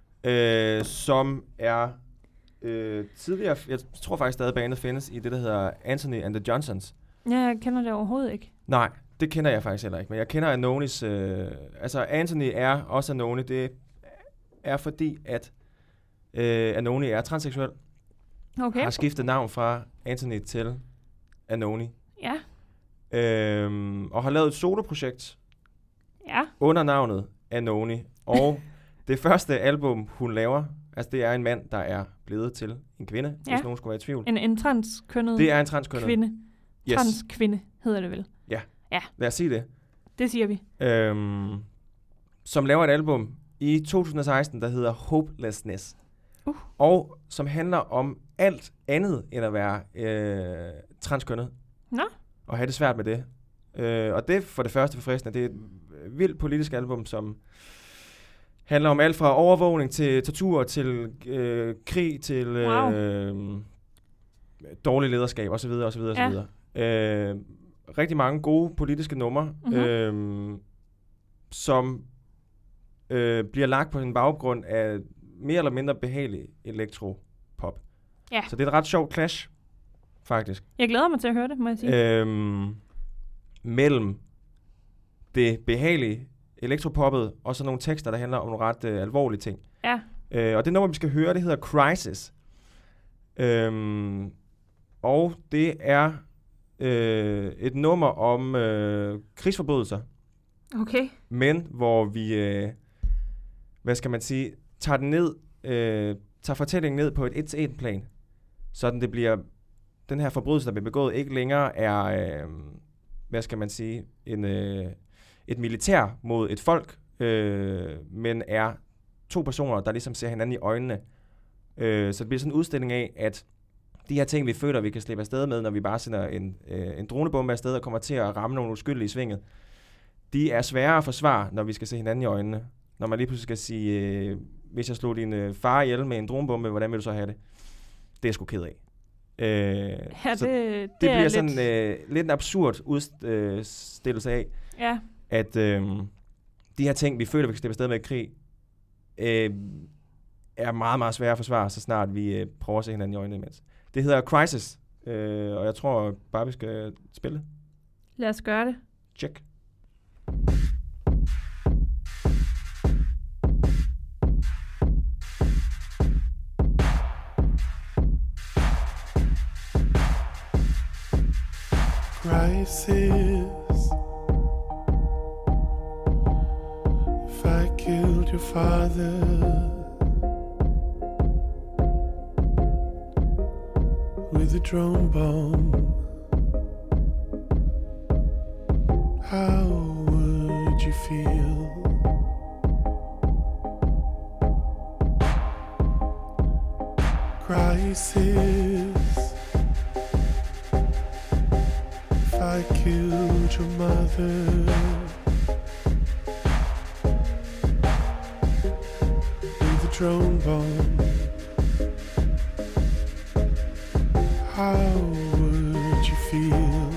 Øh, som er øh, tidligere, jeg tror faktisk stadig bandet findes i det, der hedder Anthony and the Johnsons. Ja, jeg kender det overhovedet ikke. Nej, det kender jeg faktisk heller ikke, men jeg kender Anonis, øh, altså Anthony er også Anoni, det er fordi, at øh, Anoni er transseksuel, Okay. har skiftet navn fra Anthony til Anoni, Ja. øhm, og har lavet et soloprojekt Ja. under navnet Anoni, og det første album, hun laver, altså det er en mand, der er blevet til en kvinde, Ja. hvis nogen skulle være i tvivl. En, en transkønnet Det er en transkønnet. kvinde. Yes. Transkvinde hedder det vel. Lad os sige det. Det siger vi. Øhm, som laver et album i to tusind og seksten, der hedder Hopelessness. Uh. Og som handler om alt andet end at være øh, transkønnet. Nå. Og have det svært med det. Øh, og det for det første forfriskende, det er et vildt politisk album, som handler om alt fra overvågning til tortur, til øh, krig, til Wow. øh, dårlig lederskab osv. osv. Ja. osv. Øh, rigtig mange gode politiske numre, Mhm. øh, som øh, bliver lagt på en baggrund af mere eller mindre behagelig elektropop. Ja. Så det er et ret sjovt clash, faktisk. Jeg glæder mig til at høre det, må jeg sige. Øhm, mellem det behagelige elektropoppet og så nogle tekster, der handler om nogle ret øh, alvorlige ting. Ja. Øh, og det nummer, vi skal høre, det hedder Crisis. Øhm, og det er øh, et nummer om øh, krigsforbrydelser, Okay. men hvor vi, øh, hvad skal man sige, tager den ned, øh, tager fortællingen ned på et et-til-et plan, sådan det bliver, den her forbrydelse, der bliver begået, ikke længere er, øh, hvad skal man sige, en, øh, et militær mod et folk, øh, men er to personer, der ligesom ser hinanden i øjnene. Øh, så det bliver sådan en udstilling af, at de her ting, vi føler, vi kan slippe afsted med, når vi bare sender en, øh, en dronebombe afsted og kommer til at ramme nogle uskyldige i svinget, de er svære at forsvare, når vi skal se hinanden i øjnene. Når man lige pludselig skal sige, øh, hvis jeg slog din øh, far ihjel med en dronebombe, hvordan vil du så have det? Det er jeg sgu ked af. Øh, Ja, så det, det, det det er bliver lidt... sådan øh, lidt en absurd udstillelse af, Ja. at øh, de her ting, vi føler, vi kan slippe afsted med i krig, øh, er meget, meget svære at forsvare, så snart vi øh, prøver at se hinanden i øjnene imens. Det hedder Crisis, øh, og jeg tror bare, vi skal spille det. Lad os gøre det. Check. Crisis. If I killed your father, with a drone bomb, how would you feel? Crisis. I killed your mother with a drone bomb, how would you feel?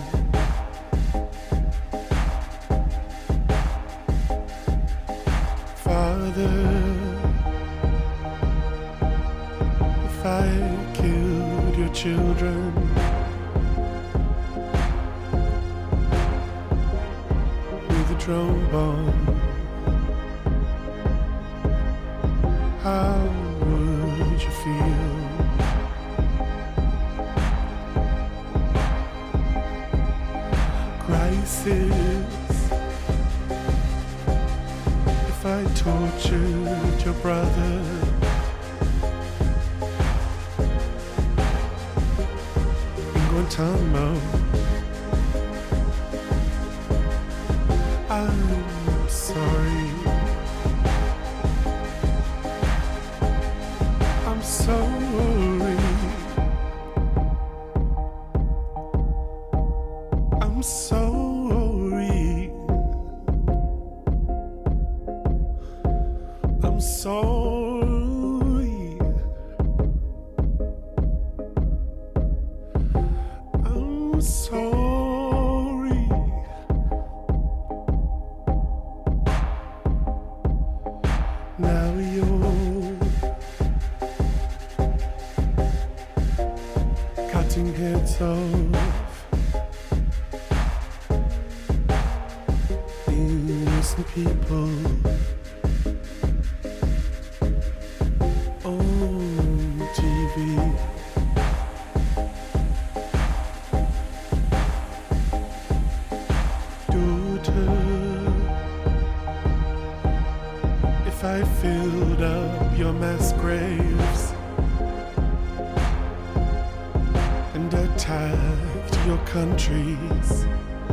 Father, if I killed your children, drone bomb, how would you feel? Crisis. If I tortured your brother, in Guantanamo, I'm sorry. I'm sorry. I'm sorry. I'm sorry. I'm sorry. Now you're cutting heads off innocent people on T V. Daughter, if I filled up your mass graves and attacked your countries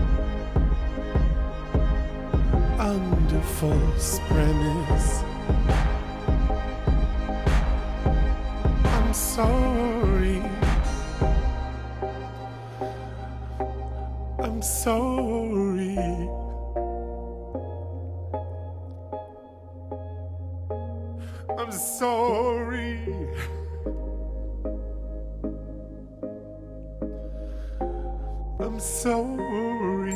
under false premise, I'm sorry. I'm sorry. I'm sorry. I'm sorry. I'm sorry.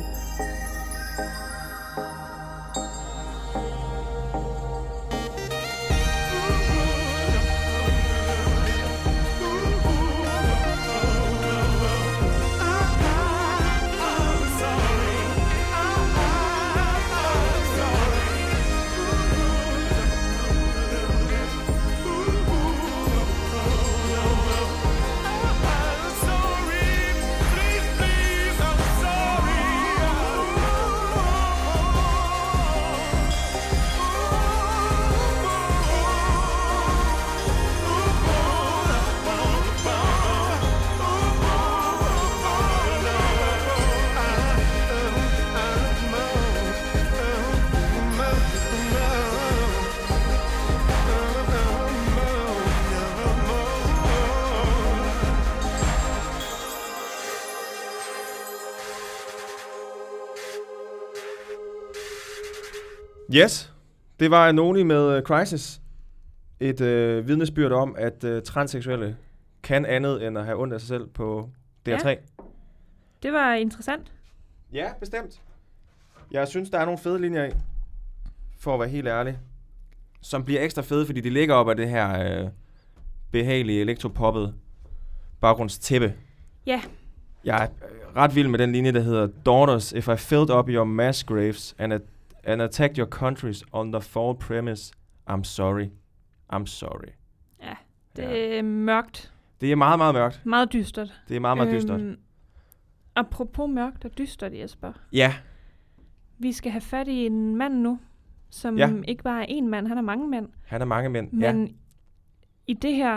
Yes, det var Anoni med uh, Crisis. Et uh, vidnesbyrd om, at uh, transseksuelle kan andet end at have ondt af sig selv på D R tre. Ja. Det var interessant. Ja, bestemt. Jeg synes, der er nogle fede linjer i, for at være helt ærlig, som bliver ekstra fede, fordi de ligger op af det her uh, behagelige elektropoppede baggrundstæppe. Ja. Jeg er ret vild med den linje, der hedder Daughters, if I filled up your mass graves and, at, and attacked your countries on the false premise, I'm sorry. I'm sorry. Ja, det er mørkt. Det er meget, meget mørkt. Meget dystert. Det er meget, meget dystert. Øhm, apropos mørkt og dystert, Jesper. Ja. Vi skal have fat i en mand nu, som Ja. ikke bare er en mand, han er mange mænd. Han er mange mænd, Men ja. i det her,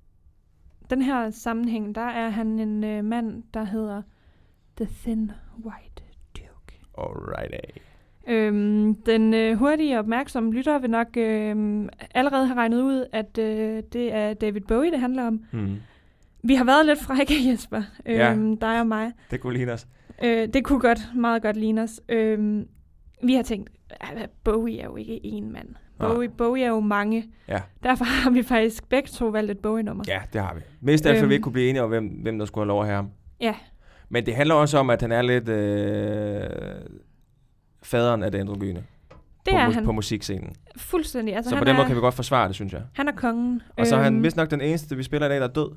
den her sammenhæng, der er han en øh, mand, der hedder The Thin White Duke. Alright, eh. Øhm, den øh, hurtige opmærksomme lytter vil nok øh, allerede have regnet ud, at øh, det er David Bowie, det handler om. Hmm. Vi har været lidt frække, Jesper, Ja. øhm, dig og mig. Det kunne ligne os. Øh, det kunne godt, meget godt ligne os. Øhm, vi har tænkt, at Bowie er jo ikke én mand. Bowie, Bowie er jo mange. Ja. Derfor har vi faktisk begge to valgt et Bowie-nummer. Ja, det har vi. Mest derfor, Øhm. vi ikke kunne blive enige om, hvem, hvem der skulle have lov at have ham. Ja. Men det handler også om, at han er lidt øh, faderen af det androgyne. Det på, er mu- han. på musikscenen. Fuldstændig. Altså, Så han på den er, måde kan vi godt forsvare det, synes jeg. Han er kongen. Og så er han Øhm, vist nok den eneste, vi spiller i dag, der er død.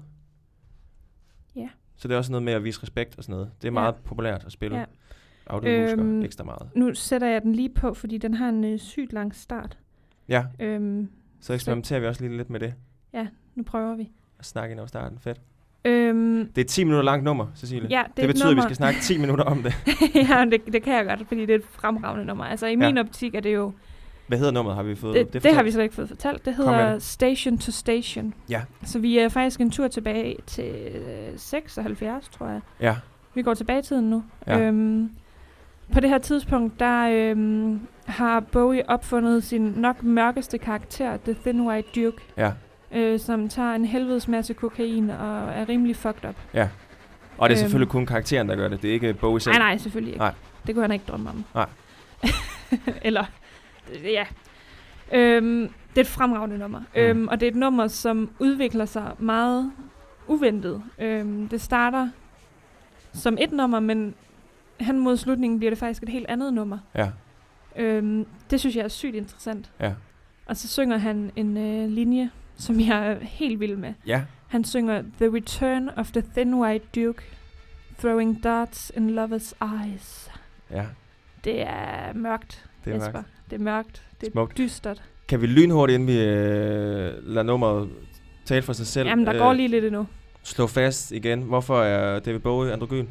Ja. Så det er også noget med at vise respekt og sådan noget. Det er meget Ja. populært at spille Ja. afdøde musikere Øhm, ekstra meget. Nu sætter jeg den lige på, fordi den har en øh, sygt lang start. Ja, Øhm, så eksperimenterer vi også lige lidt med det. nu prøver vi. At snakke ind over starten. Fedt. Øhm, Det er et ti minutter langt nummer, Cecilie. ja, det, det er betyder, et at vi nummer. skal snakke ti minutter om det. ja, det, det kan jeg godt, fordi det er et fremragende nummer. Altså i min optik er det jo... Hvad hedder nummeret, har vi fået? Det, det, det har vi slet ikke fået fortalt. Det Kom med hedder det. Station to Station. Ja. Så vi er faktisk en tur tilbage til øh, seksoghalvfjerds, tror jeg. Ja. Vi går tilbage i tiden nu. Ja. Øhm, på det her tidspunkt, der øhm, har Bowie opfundet sin nok mørkeste karakter, The Thin White Duke, Ja. øh, som tager en helvedes masse kokain og er rimelig fucked up. Ja. Og det er Øhm. selvfølgelig kun karakteren, der gør det. Det er ikke Bowie selv. Nej, nej, selvfølgelig ikke. Nej. Det kunne han ikke drømme om. Nej. Eller, ja. Øhm, det er et fremragende nummer. Mm. Øhm, og det er et nummer, som udvikler sig meget uventet. Øhm, det starter som et nummer, men hen mod slutningen bliver det faktisk et helt andet nummer. Ja. Øhm, det synes jeg er sygt interessant. Ja. Og så synger han en øh, linje, som jeg er helt vild med. Ja. Han synger The Return of the Thin White Duke, Throwing Darts in Lovers' Eyes. Ja. Det er mørkt, Det er Jesper. mørkt. Det er mørkt. Det er Smukt. dystert. Kan vi lynhurtigt, inden vi øh, lader nummeret tale for sig selv, Jamen, der øh, går lige lidt endnu. slå fast igen, hvorfor er David Bowie androgyn?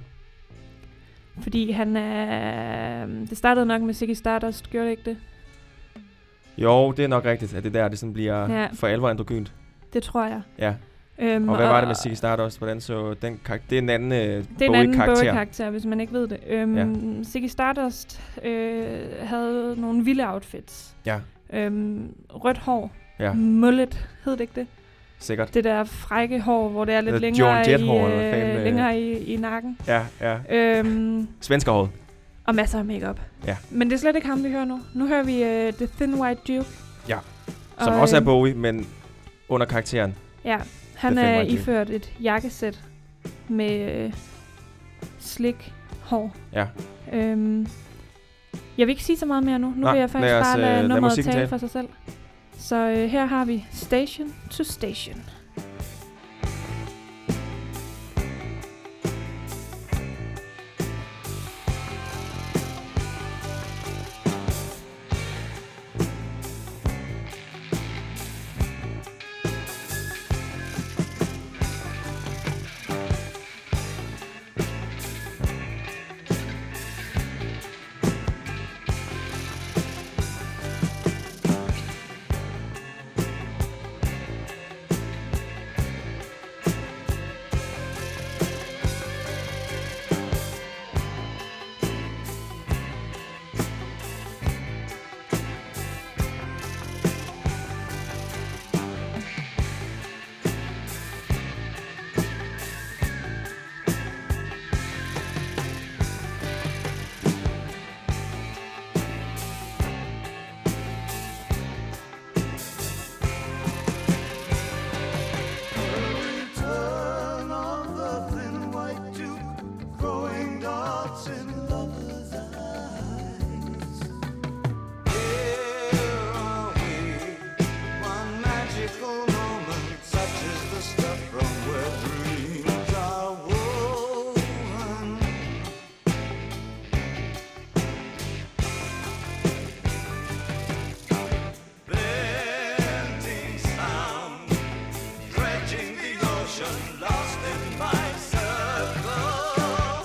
Fordi han er... Det startede nok med Ziggy Stardust, gjorde det ikke det? Jo, det er nok rigtigt, at det der, det sådan bliver Ja. for alvor androgynt. Det tror jeg. Ja. Øhm, Og hvad var det med Ziggy Stardust? Hvordan så den karakter? Det er en anden øh, Det er en anden Bowie-karakter. Bowie-karakter, hvis man ikke ved det. Øhm, ja. Ziggy Stardust øh, havde nogle vilde outfits. Ja. Øhm, rødt hår. Ja. Mullet, hed det ikke det? Sikkert. Det der frække hår, hvor det er lidt Det er længere, Joan i, Jett-hår, eller hvad fanden, øh, øh. længere i, i nakken. Ja, ja. Øhm, Svenskerhåret. og masser af makeup. Ja. Men det er slet ikke ham, vi hører nu. Nu hører vi uh, The Thin White Duke. Ja. Som Og, også er øh, Bowie, men under karakteren. Ja, han The Thing er Might Do. iført et jakkesæt med øh, slik hår. Ja. Øhm, jeg vil ikke sige så meget mere nu. Nu Nej, vil jeg faktisk lad os, bare øh, lade lad nummeret musikken tale tale. for sig selv. Så øh, her har vi Station to Station. Turn on the thin white tube, throwing darts in lovers' eyes. Here are we, one magical moment, such is the stuff from where dreams are woven. Venting sound, dredging the ocean, lost in my circle.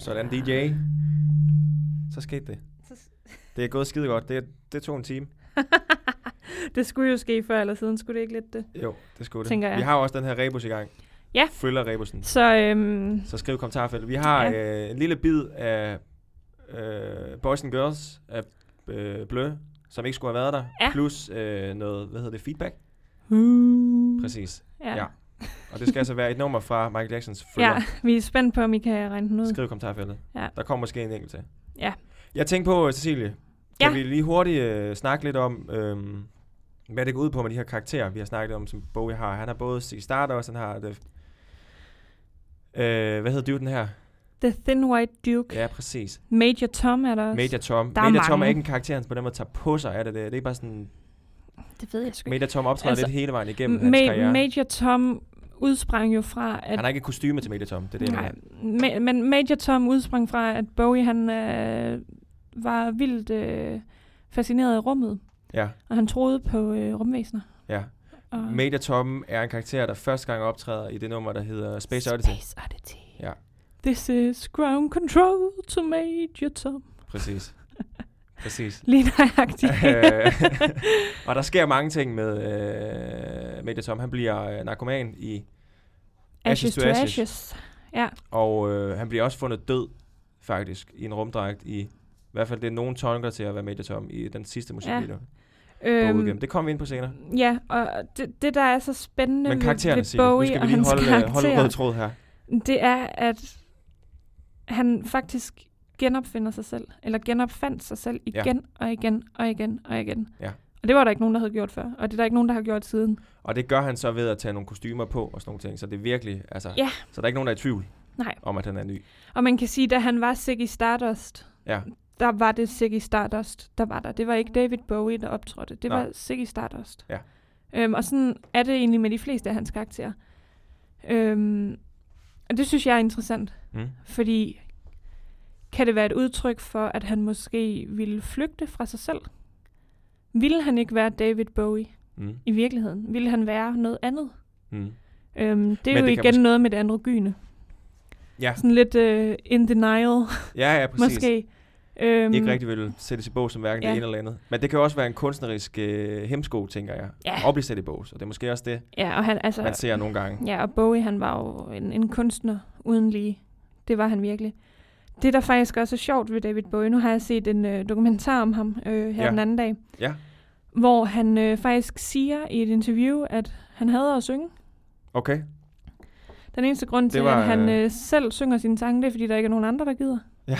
Sådan, D J. Så skete det. Det er gået skide godt. Det, det tog en time. Det skulle jo ske før eller siden. Skulle det ikke lidt det? Jo, det skulle det. Tænker jeg. Vi har jo også den her rebus i gang. Ja. Følger rebusen. Så, øhm, Så skriv kommentarfelt. Vi har Ja. øh, en lille bid af øh, Boys and Girls af øh, Blø, som ikke skulle have været der. Ja. Plus øh, noget, hvad hedder det, feedback. uh, Præcis. ja. Ja. Og det skal altså være et nummer fra Michael Jacksons Thriller. ja, vi er spændt på, om I kan regne den ud. Skriv i kommentarfeltet. Ja. Der kommer måske en enkelt til. Ja. Jeg tænkte på, Cecilie, Ja. kan vi lige hurtigt øh, snakke lidt om, øhm, hvad det går ud på med de her karakterer, vi har snakket om, som Bowie har. Han har både Ziggy Stardust, han har... Det, øh, hvad hedder du den her? The Thin White Duke. Ja, præcis. Major Tom er der også. Major Tom. Der er Major Tom er mange. ikke en karakter, han på den måde tager på sig, er det det? Det er ikke bare sådan... Det ved jeg sgu ikke. Major Tom optræder Altså, lidt hele vejen igennem hans Ma- karriere. Major Tom udsprang jo fra, at... Han har ikke et kostyme til Major Tom, det er det, jeg Nej, mener. ma- men Major Tom udsprang fra, at Bowie han øh, var vildt øh, fascineret af rummet, Ja, og han troede på øh, rumvæsener. ja. Og Major Tom er en karakter, der første gang optræder i det nummer, der hedder Space Oddity. Space Oddity. Ja. This is ground control to Major Tom. Præcis. Præcis. Lige nøjagtigt. Øh, og der sker mange ting med øh, Major Tom. Han bliver øh, narkoman i Ashes to Ashes. Ashes. Ja. Og øh, han bliver også fundet død, faktisk, i en rumdragt i... I hvert fald, det er nogen tolker til at være Major Tom i den sidste musikvideo. Ja. Øhm, Det kommer vi ind på senere. ja, og det, det, der er så spændende Men ved, karaktererne, ved Signe, nu Bowie skal vi og lige hans holde, øh, holde karakter, rød tråd her. det er, at han faktisk genopfinder sig selv, eller genopfandt sig selv Ja. igen og igen og igen og igen. Ja. Og det var der ikke nogen, der havde gjort før, og det er der ikke nogen, der har gjort siden. Og det gør han så ved at tage nogle kostymer på og sådan nogle ting. Så det er virkelig, altså... Ja. Så der er ikke nogen, der er i tvivl Nej. om, at han er ny. Og man kan sige, da han var Ziggy Stardust, Ja. der var det Ziggy Stardust, der var der. Det var ikke David Bowie, der optrådte. Det Nej. var Ziggy Stardust. Ja. Øhm, og sådan er det egentlig med de fleste af hans karakterer. Øhm, og det synes jeg er interessant, Mm. fordi kan det være et udtryk for, at han måske ville flygte fra sig selv? Ville han ikke være David Bowie Mm. i virkeligheden? Ville han være noget andet? Mm. Øhm, det er Men jo det igen kan måske- noget med det androgyne. Ja. Sådan lidt uh, in denial, Ja, ja, præcis. måske. Øhm, Ikke rigtig vil sættes i bog som hverken Ja. det ene eller andet. Men det kan jo også være en kunstnerisk øh, hemsko, tænker jeg. Ja. At blive sat i bog. Så det er måske også det, Ja, og han, altså, man ser nogle gange. ja, og Bowie, han var jo en, en kunstner uden lige. Det var han virkelig. Det, der faktisk også er sjovt ved David Bowie, nu har jeg set en øh, dokumentar om ham øh, her Ja. den anden dag, Ja, hvor han øh, faktisk siger i et interview, at han hader at synge. okay. Den eneste grund til, var, at han øh, øh, selv synger sine sange, det er, fordi der ikke er nogen andre, der gider. Ja.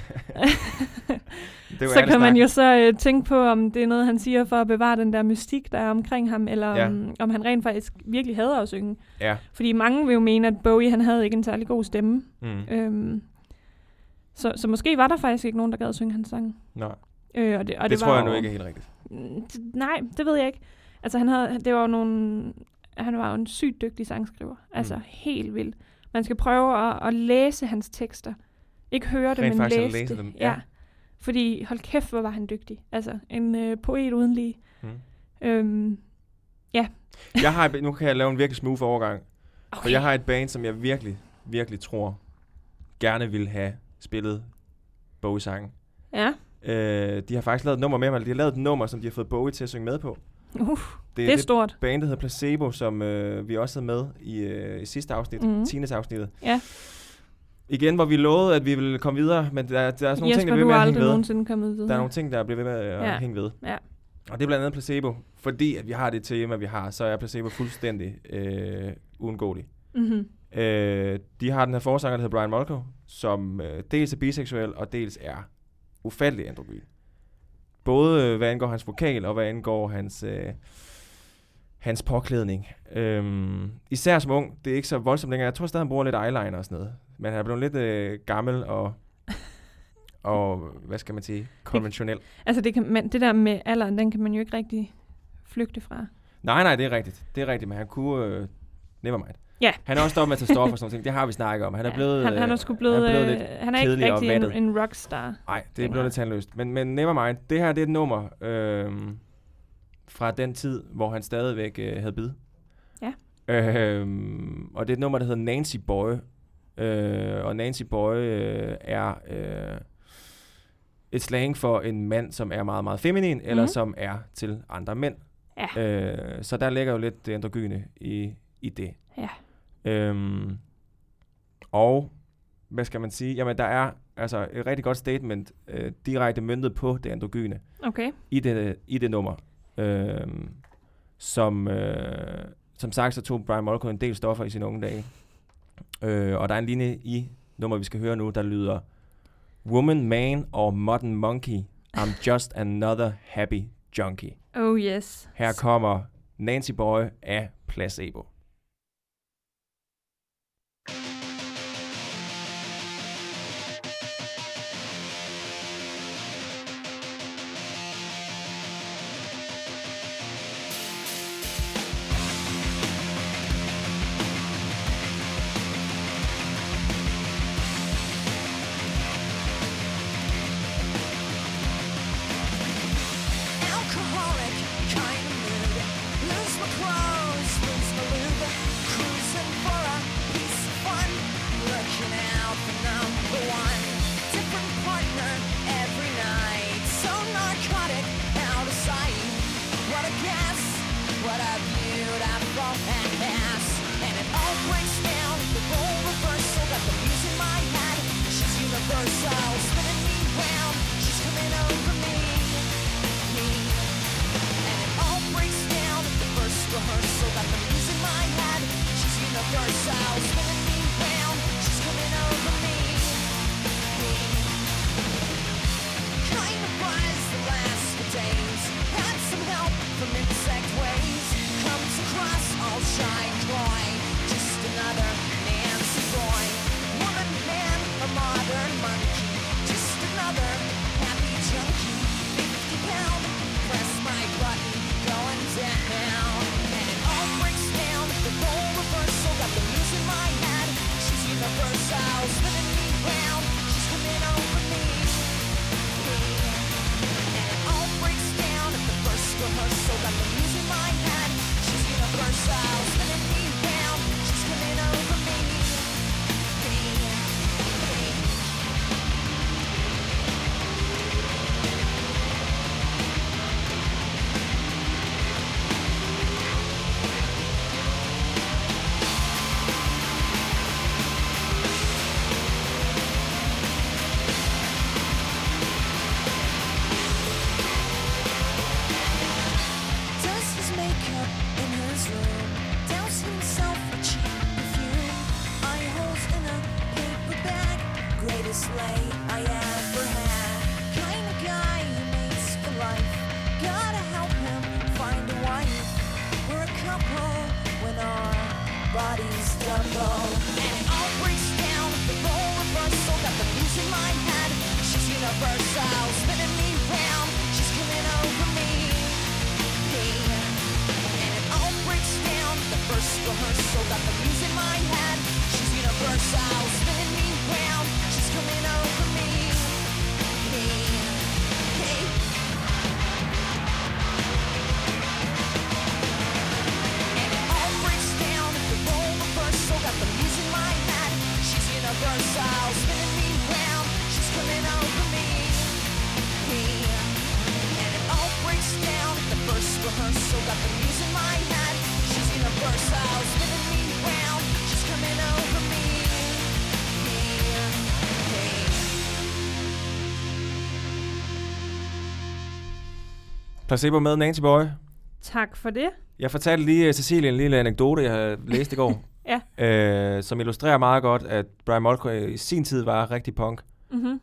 Det var Så ærlig kan man snak. jo så øh, tænke på, om det er noget, han siger for at bevare den der mystik, der er omkring ham, eller Ja. om, om han rent faktisk virkelig hader at synge. Ja. Fordi mange vil jo mene, at Bowie, han havde ikke en særlig god stemme. Mm. Øhm, så, så måske var der faktisk ikke nogen, der gad at synge hans sang. Nå. Øh, og det, og Det, det, det var tror jeg jo, nu ikke er helt rigtigt. Mm, d- Nej, det ved jeg ikke. Altså, han havde, det var jo nogle, han var jo en sygt dygtig sangskriver. Altså, Mm. helt vildt. Man skal prøve at, at læse hans tekster. Ikke høre dem, Rent men faktisk at læse, læse det. dem, ja. Fordi, hold kæft, hvor var han dygtig. Altså, en øh, poet uden lige. Mm. Øhm, Jeg har, et- nu kan jeg lave en virkelig smooth overgang. okay. For jeg har et band, som jeg virkelig, virkelig tror, gerne vil have spillet Bowie-sangen. Ja. Øh, de har faktisk lavet et nummer med mig. De har lavet et nummer, som de har fået Bowie til at synge med på. Uh, Det, det er det stort. band, der hedder Placebo, som øh, vi også havde med i, øh, i sidste afsnit, Mhm. mm. Tines afsnittet. Ja. Igen, hvor vi lovede, at vi ville komme videre, men der, der er sådan nogle Jesper, ting, der bliver du ved med er at aldrig hænge ved. nogensinde kommet videre. Der er nogle ting, der bliver ved med at Ja. hænge ved. Ja. Og det er blandt andet Placebo. Fordi at vi har det tema, vi har, så er Placebo fuldstændig øh, uundgåelig. Mm-hmm. Øh, de har den her forsanger, der hedder Brian Molko, som øh, dels er biseksuel, og dels er ufattelig androgyn. Både øh, hvad angår hans vokal, og hvad angår hans, øh, hans påklædning. Øhm, især som ung, det er ikke så voldsomt længere. Jeg tror stadig, han bruger lidt eyeliner og sådan noget. Men han er blevet lidt øh, gammel og, og, hvad skal man sige, konventionel. Altså, det, kan man, det der med alderen, den kan man jo ikke rigtig flygte fra. Nej, nej, det er rigtigt. Det er rigtigt, men han kunne... Øh, never mind. Ja. Han er også stoppet med at tage stoffer og sådan noget ting. Det har vi snakket om. Han er Ja, blevet... han, han er øh, sgu blevet, han er blevet øh, lidt han er ikke kedelig og rigtig vattet. en, en rockstar. Nej, det er længere. blevet lidt tandløst. Men, men never mind. Det her, det er et nummer øh, fra den tid, hvor han stadigvæk øh, havde bid. Ja. Øh, og det er et nummer, der hedder Nancy Boy. Øh, og Nancy Boy øh, er øh, et slang for en mand, som er meget, meget feminin, mm. eller som er til andre mænd. Ja. Øh, så der ligger jo lidt det androgyne i, i det. Ja. Øhm, og hvad skal man sige? Jamen, der er altså et rigtig godt statement øh, direkte møntet på det androgyne Okay. i det, i det nummer. Øhm, som, øh, som sagt, så tog Brian Molko en del stoffer i sine unge dage. Øh, og der er en linje i nummer, vi skal høre nu, der lyder: Woman, man or modern monkey, I'm just another happy junkie. Oh yes. Her kommer Nancy Boy af Placebo. Alcoholic kind of mood. Lose my clothes, lose my lube. Cruising for a piece of fun. Looking out for number one. Different partner every night. So narcotic, out of sight. What a guess, what a beautiful ass. And it all breaks down. The role reversal. Got the muse in my head. She's universal, spinning me round. She's coming over me. Rehearsal, got the muse in my head. She's universal, spinning me round. She's coming over me. me. Kind of buzz that lasts for days. Had some help from insect ways. Comes across all shy and coy. Just another Nancy Boy. Woman, man, a modern monkey. Just another happy junkie. Fifty pound, press my button, going down. Got the muse in my head. She's universal, spinning me round. She's coming over me. me. And it all breaks down at the first rehearsal. Got the muse in my head. She's universal, spinning me round. She's coming over me. me. me. Placebo med Nancy Boy. Tak for det. Jeg fortalte lige uh, Cecilie en lille anekdote, jeg havde læst i går, ja. øh, som illustrerer meget godt, at Brian Molko i sin tid var rigtig punk. Mm-hmm.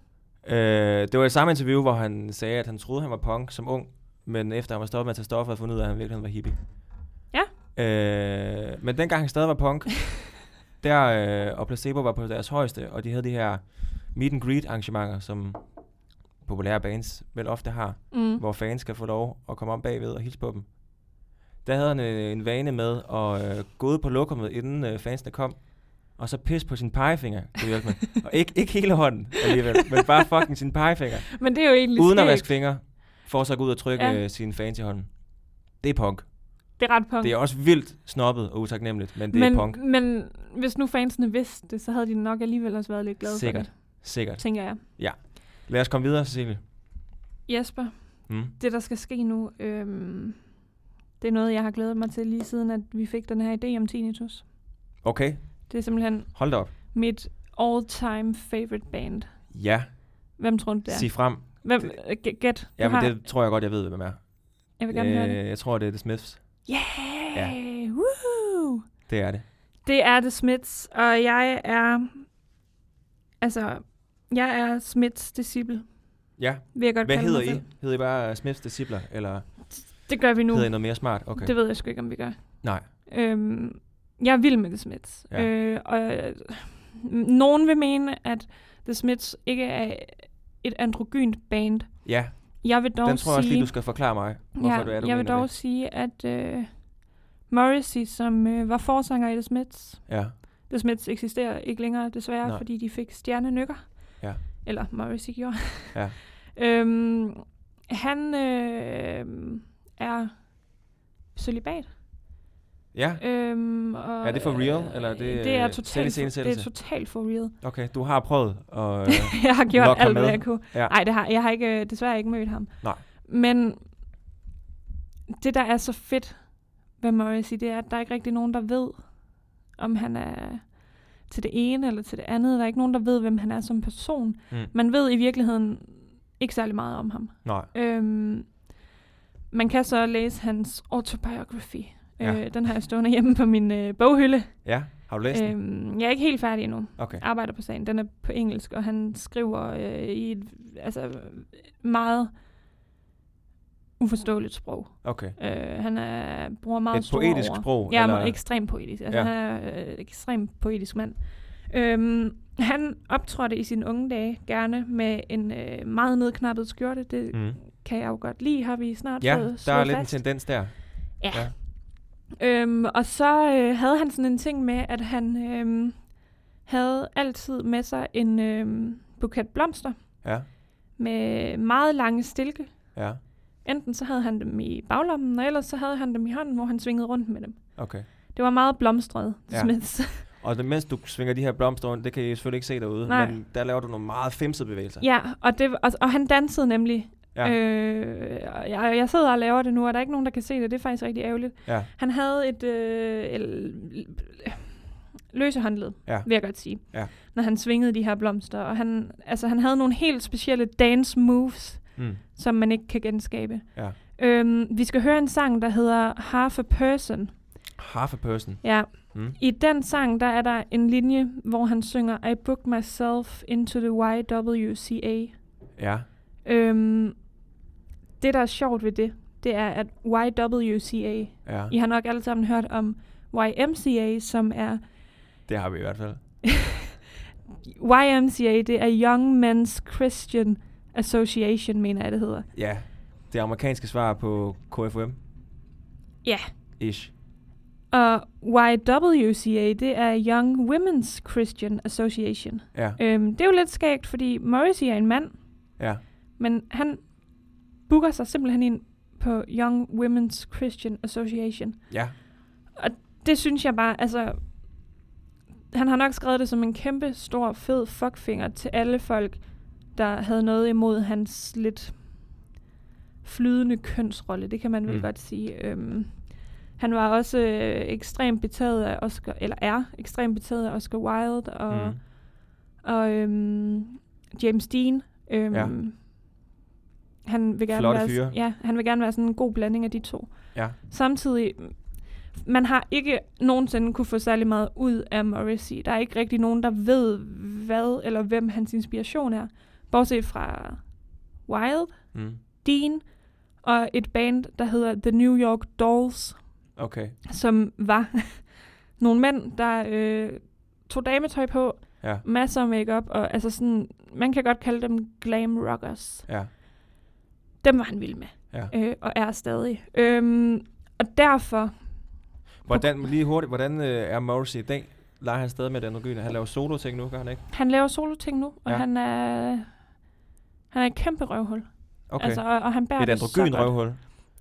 Øh, det var i samme interview, hvor han sagde, at han troede, han var punk som ung, men efter han var stoppet med at tage stoffer, havde fundet ud af, at han virkelig var hippie. Ja. Øh, men dengang han stadig var punk, der øh, og Placebo var på deres højeste, og de havde de her meet and greet arrangementer, som populære bands vel ofte har, mm. hvor fans skal få lov at komme om bagved og hilse på dem. Der havde han øh, en vane med at øh, gå ud på lokummet, inden øh, fansene kom, og så pisse på sin pegefinger, til hjælp med. Og ikke, ikke hele hånden alligevel, men bare fucking sin pegefinger. Men det er jo egentlig uden skægt. at vaske fingre, for så at gå ud og trykke ja. øh, sine fans i hånden. Det er punk. Det er ret punk. Det er også vildt snobbet og utaknemmeligt, men det men, er punk. Men hvis nu fansene vidste det, så havde de nok alligevel også været lidt glade Sikkert. for det. Sikkert. Tænker jeg. Ja. Lad os komme videre, Cecilie. Jesper, Mm. det der skal ske nu, øhm, det er noget, jeg har glædet mig til lige siden, at vi fik den her idé om tinnitus. Okay, Det er simpelthen hold da op. mit all-time favorite band. Ja, Hvem tror du, det er? sig frem. Hvem? det- øh, gæt- Gæt. Du Jamen, har- det tror jeg godt, jeg ved, hvem er. Jeg vil gerne høre det. Jeg tror, det er The Smiths. Yeah! Ja. Woo! Det er det. Det er The Smiths, og jeg er... Altså, jeg er Smiths disciple, Ja. vil jeg godt Hvad kalde hedder mig I? selv. Hedder I bare Smiths Discipler, eller Det gør vi nu. hedder I noget mere smart? Okay. Det ved jeg sgu ikke, om vi gør. Nej. Øhm, jeg er vild med The Smiths. Ja. Øh, og øh, nogen vil mene, at The Smiths ikke er et androgynt band. Ja, Jeg vil dog den tror jeg også sige, lige, du skal forklare mig, hvorfor ja, du er, du jeg vil mener dog det. sige, at øh, Morrissey, som øh, var forsanger i The Smiths, Ja, The Smiths eksisterer ikke længere, desværre, Nej. fordi de fik stjernenykker. Ja. Eller Morrissey gjorde. Ja. øhm, han øh, er celibat. ja. Øhm, og, Er det for real, øh, eller er det, det er øh, totalt, for, det selviscenesættelse? er totalt for real. Okay, du har prøvet at... Øh, Jeg har gjort Nok ham alt, hvad med. jeg kunne. Ja. Nej, det har, jeg har ikke, øh, desværre ikke mødt ham. Nej. Men det, der er så fedt ved Morrissey, det er, at der er ikke rigtig nogen, der ved, om han er til det ene eller til det andet. Der er ikke nogen, der ved, hvem han er som person. mm. Man ved i virkeligheden ikke særlig meget om ham. Nej. Øhm, man kan så læse hans autobiography. Ja. Øh, den har jeg stående hjemme på min øh, boghylde. Ja, har du læst den? Øhm, jeg er ikke helt færdig endnu. Okay. Jeg arbejder på sagen. Den er på engelsk, og han skriver øh, i et altså, meget uforståeligt sprog. Okay. Øh, han er, bruger meget Et store poetisk ord. sprog, Ja, eller? eller? ekstremt poetisk. Altså, Ja. ja. Han er øh, ekstremt poetisk mand. Øhm, han optrådte i sine unge dage gerne med en øh, meget nedknappet skjorte. Det Mm. kan jeg jo godt lide, har vi snart Ja, fået der er slået lidt fast. en tendens der. Ja. Ja. Øhm, og så øh, havde han sådan en ting med, at han øh, havde altid med sig en øh, buket blomster Ja, med meget lange stilke. ja. Enten så havde han dem i baglommen, og ellers så havde han dem i hånden, hvor han svingede rundt med dem. Okay. Det var meget blomstret, Ja. ja. Smiths. Og det, mens du svinger de her blomster rundt, det kan I selvfølgelig ikke se derude, Nej. men der laver du nogle meget femsede bevægelser. Ja, og, det, og, og han dansede nemlig. Ja. Øh, og jeg, jeg sidder og laver det nu, og der er ikke nogen, der kan se det. Det er faktisk rigtig ærgerligt. Ja. Han havde et øh, el, løsehåndled, Ja. vil jeg godt sige, Ja. når han svingede de her blomster. Og han, altså, han havde nogle helt specielle dance moves, Mm. som man ikke kan genskabe. Ja. Øhm, vi skal høre en sang, der hedder Half a Person. Half a person. Ja. Mm. I den sang, der er der en linje, hvor han synger I booked myself into the Y W C A. Ja. Øhm, det, der er sjovt ved det, det er, at Y W C A, Ja. I har nok alle sammen hørt om Y M C A, som er Det har vi i hvert fald. Y M C A, det er Young Men's Christian Association, mener jeg, det hedder. Ja. Det amerikanske svar på K F U M. Ja. Ish. Og Y W C A, det er Young Women's Christian Association. Ja. Øhm, det er jo lidt skægt, fordi Morrissey er en mand, Ja. men han booker sig simpelthen ind på Young Women's Christian Association. Ja. Det synes jeg bare, altså... Han har nok skrevet det som en kæmpe, stor, fed fuckfinger til alle folk, der havde noget imod hans lidt flydende kønsrolle. Det kan man vel Mm. godt sige. Øhm, han var også øh, ekstremt betaget af Oscar, eller er ekstremt betaget af Oscar Wilde og, Mm. og øhm, James Dean. Øhm, Ja. Han vil gerne Flotte være, fyre. ja, han vil gerne være sådan en god blanding af de to. Ja. Samtidig, man har ikke nogensinde kunne få særlig meget ud af Morrissey. Der er ikke rigtig nogen, der ved, hvad eller hvem hans inspiration er. Bortset fra Wilde, Mm. Dean og et band, der hedder The New York Dolls, Okay. som var nogle mænd, der øh, tog dametøj på, Ja. masser af makeup og altså sådan, man kan godt kalde dem glam rockers. Ja. Dem var han vild med, Ja. øh, og er stadig. Øhm, og derfor, Hvordan, lige hurtigt, hvordan øh, er Morrissey i dag? Leger han stadig med den androgyne? Han laver solo-ting nu, gør han ikke? han laver solo-ting nu, og Ja. han er han er et kæmpe røvhul. Okay. Altså, og, og han bærer Et det så androgyn godt. røvhul?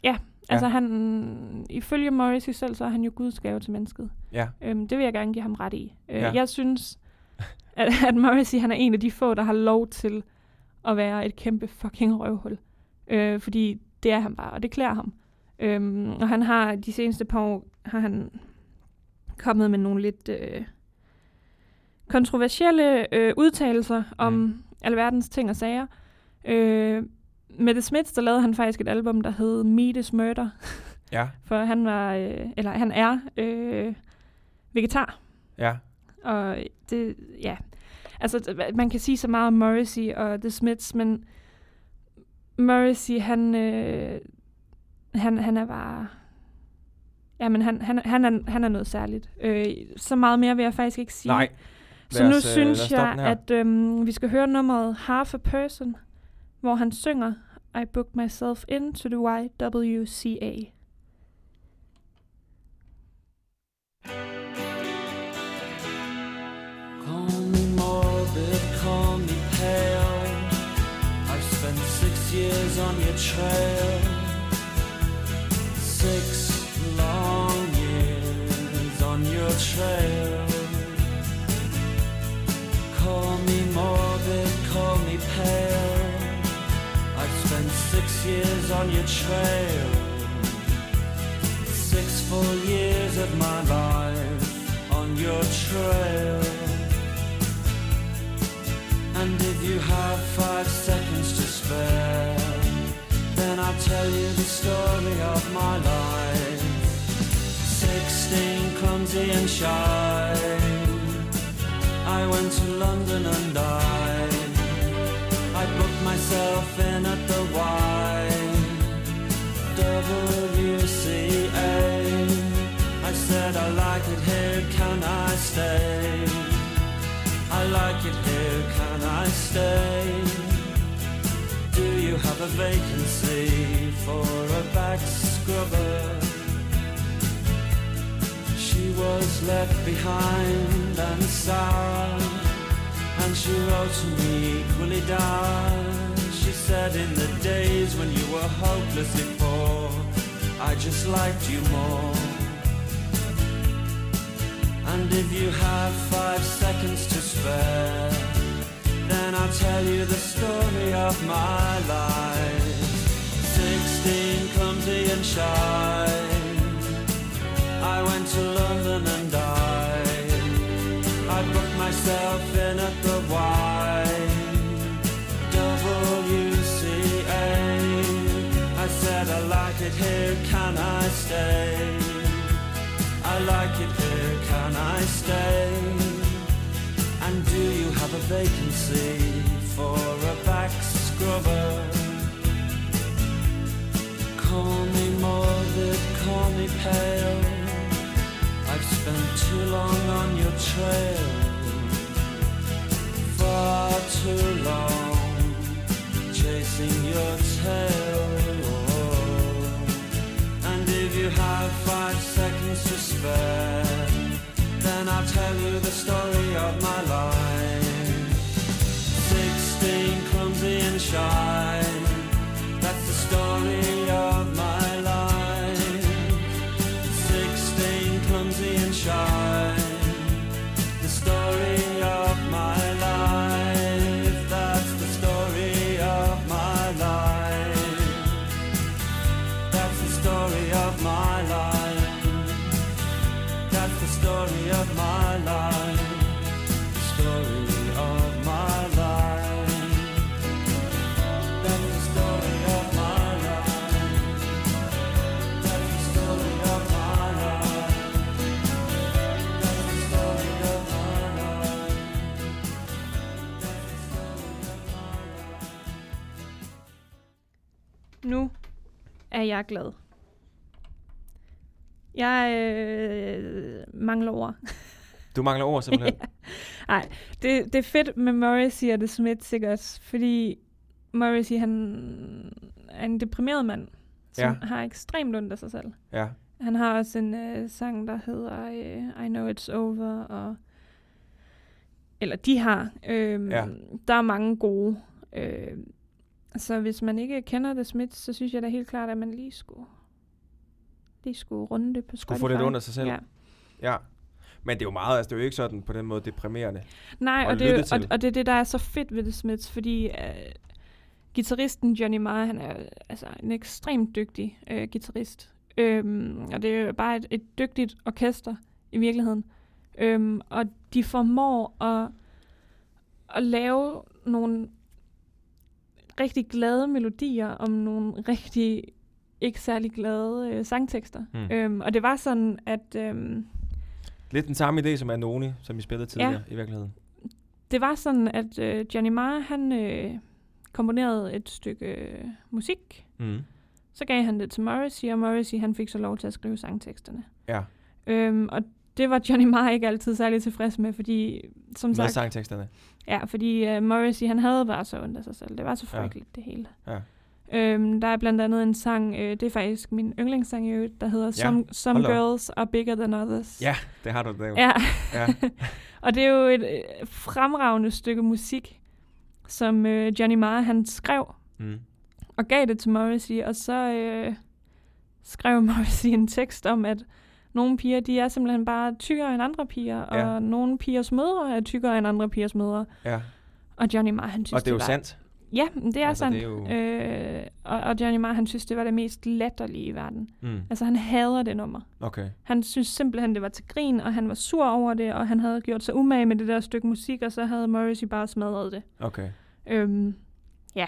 Altså han, ifølge Morrissey selv, så er han jo Guds gave til mennesket. Ja. Øhm, det vil jeg gerne give ham ret i. Øh, Ja. Jeg synes, at, at Morrissey han er en af de få, der har lov til at være et kæmpe fucking røvhul. Øh, fordi det er han bare, og det klæder ham. Øhm, og han har de seneste par år, har han kommet med nogle lidt øh, kontroversielle øh, udtalelser om Mm. alverdens ting og sager. Øh, med The Smiths, der lavede han faktisk et album, der hed Meat is Murder. Ja. For han var, øh, eller han er øh, vegetar. Ja. Og det, ja. Altså, t- man kan sige så meget om Morrissey og The Smiths, men Morrissey, han, øh, han, han er bare... Ja, men han, han, han, er, han er noget særligt. Øh, så meget mere vil jeg faktisk ikke sige. Nej. Så Lad nu os, øh, lad os synes stoppe jeg, den her. at øhm, vi skal høre nummeret Half a Person, hvor han synger I booked myself into the Y W C A. Call me morbid, call me pale. I've spent six years on your trail. Six long years on your trail. Call me morbid, call me pale. I've spent six years on your trail. Six full years of my life on your trail. And if you have five seconds to spare, then I'll tell you the story of my life. Sixteen, clumsy and shy, I went to London and died. I booked myself in at the Y W C A. I said I like it here, can I stay? I like it here, can I stay? Do you have a vacancy for a back scrubber? She was left behind and sour, and she wrote to me equally down. She said in the days when you were hopelessly poor, I just liked you more. And if you have five seconds to spare, then I'll tell you the story of my life. Sixteen, clumsy and shy, I went to London and died. I booked myself in at the Y W C A. I said I like it here, can I stay? I like it here, can I stay? And do you have a vacancy for a back scrubber? Call me morbid, call me pale. I've spent too long on your trail, far too long, chasing your tail. And if you have five seconds to spare, then I'll tell you the story of my life. Sixteen, clumsy and shy, that's the story of my life. Sixteen, clumsy and shy, the story of my life. That's the story of my life. That's the story of my life. That's the story of my life. Story of my life. That's the story of my life. That's the story of my life. That's the story of my life. That's the story of my life. Nu er jeg glad. Jeg øh, mangler ord. Du mangler ord simpelthen. Nej, det, det er fedt med Morrissey og The Smiths, ikke også? Fordi Morrissey, han er en deprimeret mand, som Ja. har ekstremt ondt af sig selv. Ja. Han har også en øh, sang, der hedder øh, I Know It's Over, og eller de har. Øh, Ja. Der er mange gode. Øh, så hvis man ikke kender The Smiths, så synes jeg da helt klart, at man lige skulle lige skulle runde det på Spotify. Skulle få det under sig selv. Ja. Ja. Men det er jo meget, altså det er jo ikke sådan på den måde deprimerende. Nej, Og og det, er jo- lytte til. og, og det er det, der er så fedt ved The Smiths, fordi øh, guitaristen Johnny Marr, han er altså en ekstremt dygtig øh, guitarist. Øhm, og det er jo bare et, et dygtigt orkester i virkeligheden. Øhm, og de formår at, at lave nogle rigtig glade melodier om nogle rigtig ikke særlig glade øh, sangtekster. Hmm. Øhm, og det var sådan, at øhm, Lidt den samme idé som Anoni, som vi spillede tidligere ja. i virkeligheden. det var sådan, at øh, Johnny Marr, han øh, komponerede et stykke øh, musik. Mm. Så gav han det til Morrissey, og Morrissey, han fik så lov til at skrive sangteksterne. Ja, Øhm, og det var Johnny Marr ikke altid særlig tilfreds med, fordi, som med sagt, sangteksterne. ja, fordi uh, Morrissey, han havde bare så ondt af sig selv. Det var så Ja. frygteligt, det hele. Ja. Øhm, der er blandt andet en sang, øh, det er faktisk min yndlingssang i øvrigt, der hedder Some, Some hold da op. Girls Are Bigger Than Others. Ja, det har du det jo. Ja. Ja. Og det er jo et øh, fremragende stykke musik, som øh, Johnny Marr, han skrev Mm. og gav det til Morrissey, og så øh, skrev Morrissey en tekst om, at nogle piger, de er simpelthen bare tykkere end andre piger, Ja. og nogle pigers mødre er tykkere end andre pigers mødre. Ja. Og Johnny Marr, han synes, Og det er jo var... sandt. Ja, det er Altså, sandt. det er jo- Øh, og, og Johnny Marr, han synes, det var det mest latterlige i verden. Mm. Altså, han hader det nummer. Okay. Han synes simpelthen, det var til grin, og han var sur over det, og han havde gjort sig umage med det der stykke musik, og så havde Morrissey bare smadret det. Okay. Øhm, Ja.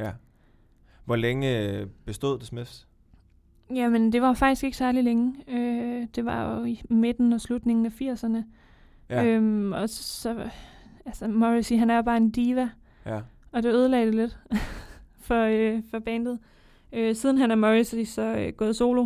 Hvor længe øh, bestod The Smiths? jamen, det var faktisk ikke særlig længe. Øh, det var jo i midten og slutningen af firserne. Ja. Øhm, og så, så, altså, Morrissey, han er jo bare en diva, Ja. og det ødelagde det lidt for, øh, for bandet. Øh, siden han er Morrissey, så øh, gået solo.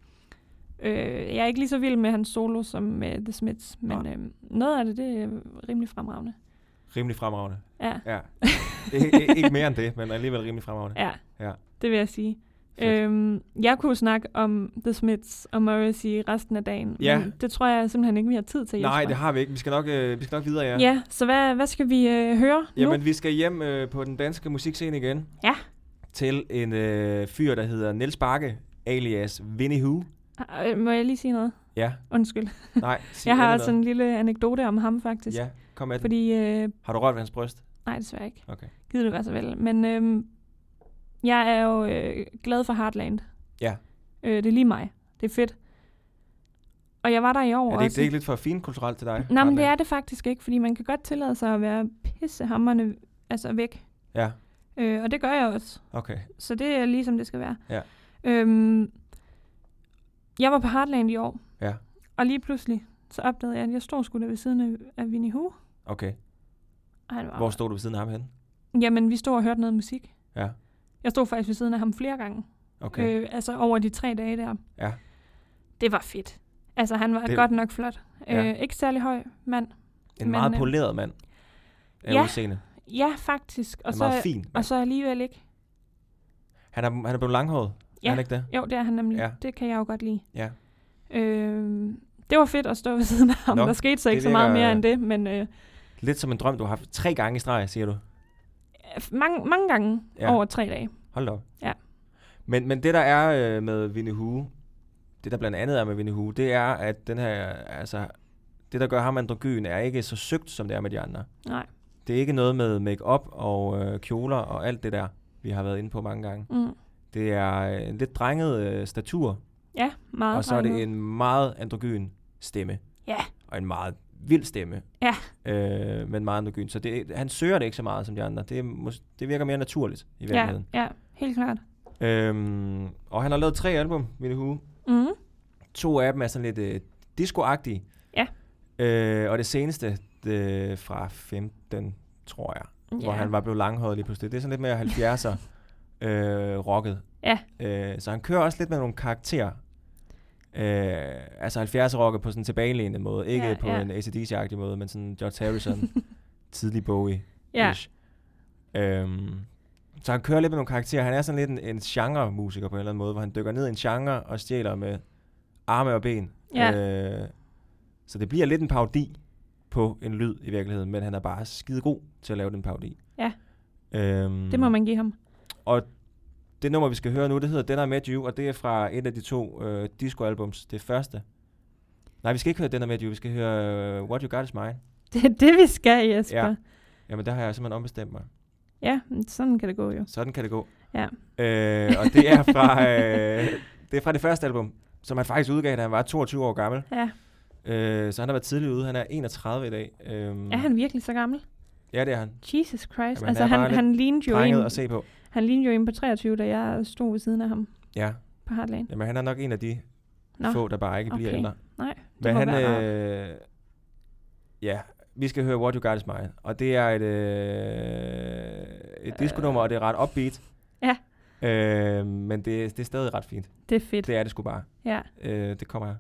Øh, jeg er ikke lige så vild med hans solo som med The Smiths, men Nej. øh, noget af det, det er rimelig fremragende. Rimelig fremragende. Ja, Ja. Ik- ik- ikke mere end det, men alligevel rimelig fremragende. ja, Ja. det vil jeg sige. Fedt. Øhm, jeg kunne snakke om The Smiths og Morrissey resten af dagen, Ja. men det tror jeg simpelthen ikke, vi har tid til, Nej, Jesper. det har vi ikke. Vi skal nok, øh, vi skal nok videre, ja. Ja, så hvad, hvad skal vi øh, høre Jamen, nu? vi skal hjem øh, på den danske musikscene igen. Ja. Til en øh, fyr, der hedder Niels Bakke, alias Winnie Who. Øh, Må jeg lige sige noget? Ja, Undskyld. nej. sig Jeg har endelig også en lille anekdote om ham, faktisk. noget. Ja, kom med den. Fordi, øh, Har du rørt ved hans bryst? nej, desværre ikke. Okay. Gider du være så vel. Men øh, jeg er jo øh, glad for Heartland. Ja. Øh, det er lige mig. Det er fedt. Og jeg var der i år Er det, ikke, også. det er ikke lidt for finkulturelt til dig? Nej, men det Heartland? er det faktisk ikke, fordi man kan godt tillade sig at være pissehamrende altså væk. Ja, Øh, og det gør jeg også. okay. Så det er ligesom det skal være. Ja. Øhm, jeg var på Heartland i år, Ja, og lige pludselig så opdagede jeg, at jeg stod sgu da ved siden af, af Winnie Who. okay. Og han var, Hvor stod du ved siden af ham henne? Jamen, vi stod og hørte noget musik. Ja, Jeg stod faktisk ved siden af ham flere gange. okay. Øh, altså over de tre dage der. Ja. Det var fedt. Altså, han var Det- det... godt nok flot. Ja. Øh, ikke særlig høj mand. En men, meget øh, poleret mand af ja. udseende. Ja, faktisk. Og En så, meget fin mand. og så alligevel ikke. Han er, han er blevet langhåret. Ja. Er han ikke det? Jo, det er han nemlig. Ja. Det kan jeg jo godt lide. Ja. Øh, det var fedt at stå ved siden af ham. Nå, Der skete så det ikke så meget virker- mere end det, men øh, Lidt som en drøm, du har haft tre gange i streg, siger du. mange, mange gange Ja. ja. over tre dage. Hold da op. Ja. Men, men det, der er øh, med Winnie Who, det der blandt andet er med Winnie Who, det er, at den her, altså, det der gør ham androgyn, er ikke så søgt, som det er med de andre. Nej. Det er ikke noget med make-up og øh, kjoler og alt det der, vi har været inde på mange gange. Mm. Det er øh, en lidt drenget øh, statur, Ja, meget og så er det drenget. en meget androgyn stemme. Ja. Og en meget vild stemme. Ja. Øh, men meget androgyn. Så det, han søger det ikke så meget som de andre. Det, er, mås- det virker mere naturligt i Ja, virkeligheden. ja, helt klart. Øhm, og han har lavet tre album, Winnie Who. Mm. To af dem er sådan lidt øh, disco-agtige. Ja. Øh, og det seneste det, fra femten, tror jeg, Ja. hvor han var blevet langhåret lige pludselig. Det er sådan lidt mere halvfjerdser øh, rocket. Ja. Øh, så han kører også lidt med nogle karakterer. Øh, altså halvfjerdser rocket på sådan en tilbagelænet måde. Ikke Ja, på ja. en A C D C-agtig måde, men sådan George Harrison, tidlig Bowie. Ja. Øhm, så han kører lidt med nogle karakterer. Han er sådan lidt en, en genre-musiker på en eller anden måde, hvor han dykker ned i en genre og stjæler med arme og ben. Ja. Øh, så det bliver lidt en parodi på en lyd i virkeligheden, men han er bare skide god til at lave den parodi. Ja. Øhm, Det må man give ham. Og det nummer, vi skal høre nu, det hedder Then I Met You, og det er fra et af de to øh, disco-albums. Det første. Nej, vi skal ikke høre Then I Met You, vi skal høre uh, What You Got Is Mine. Det er det, vi skal, Jesper. Ja. Jamen, der har jeg simpelthen ombestemt mig. Ja, sådan kan det gå jo. Sådan kan det gå. Ja. Øh, og det er fra øh, det er fra det første album, som han faktisk udgav, da han var toogtyve år gammel. Ja. Øh, så han har været tidligt ude. Han er enogtredive i dag. Øhm, Er han virkelig så gammel? Ja, det er han. Jesus Christ. Jamen, altså, han er han, bare han lignede jo Drenget en, at se på. han lignede jo en på treogtyve, da jeg stod ved siden af ham Ja. på Heartland. Jamen, han er nok en af de Nå. få, der bare ikke bliver Okay. ældre. Nej, det Men må han, være rart. øh, ja, vi skal høre What You Got Is Mine. Og det er et, øh, et disco-nummer, og det er ret upbeat. Ja. Øh, men det, det er stadig ret fint. Det er fedt. Det er det sgu bare. Ja. Øh, det kommer her.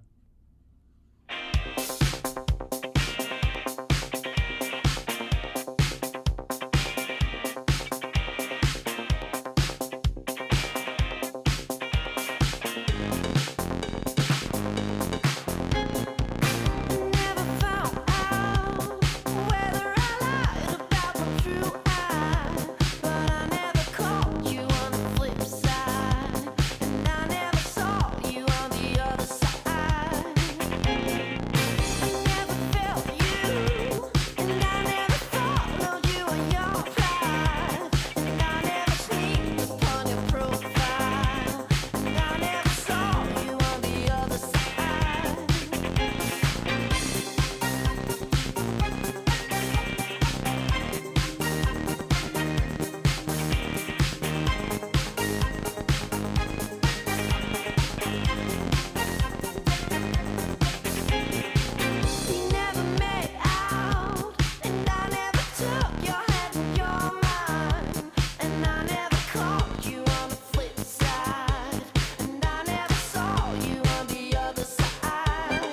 Never found out whether I lied about the true I, but I never caught you on the flip side, and I never saw you on the other side. I never felt you, and I never followed you on your path, and I never sneaked upon your profile, and I never saw you on the other side. We never made out, and I never took your hand in your mind, and I never caught you on the flip side, and I never saw you on the other side.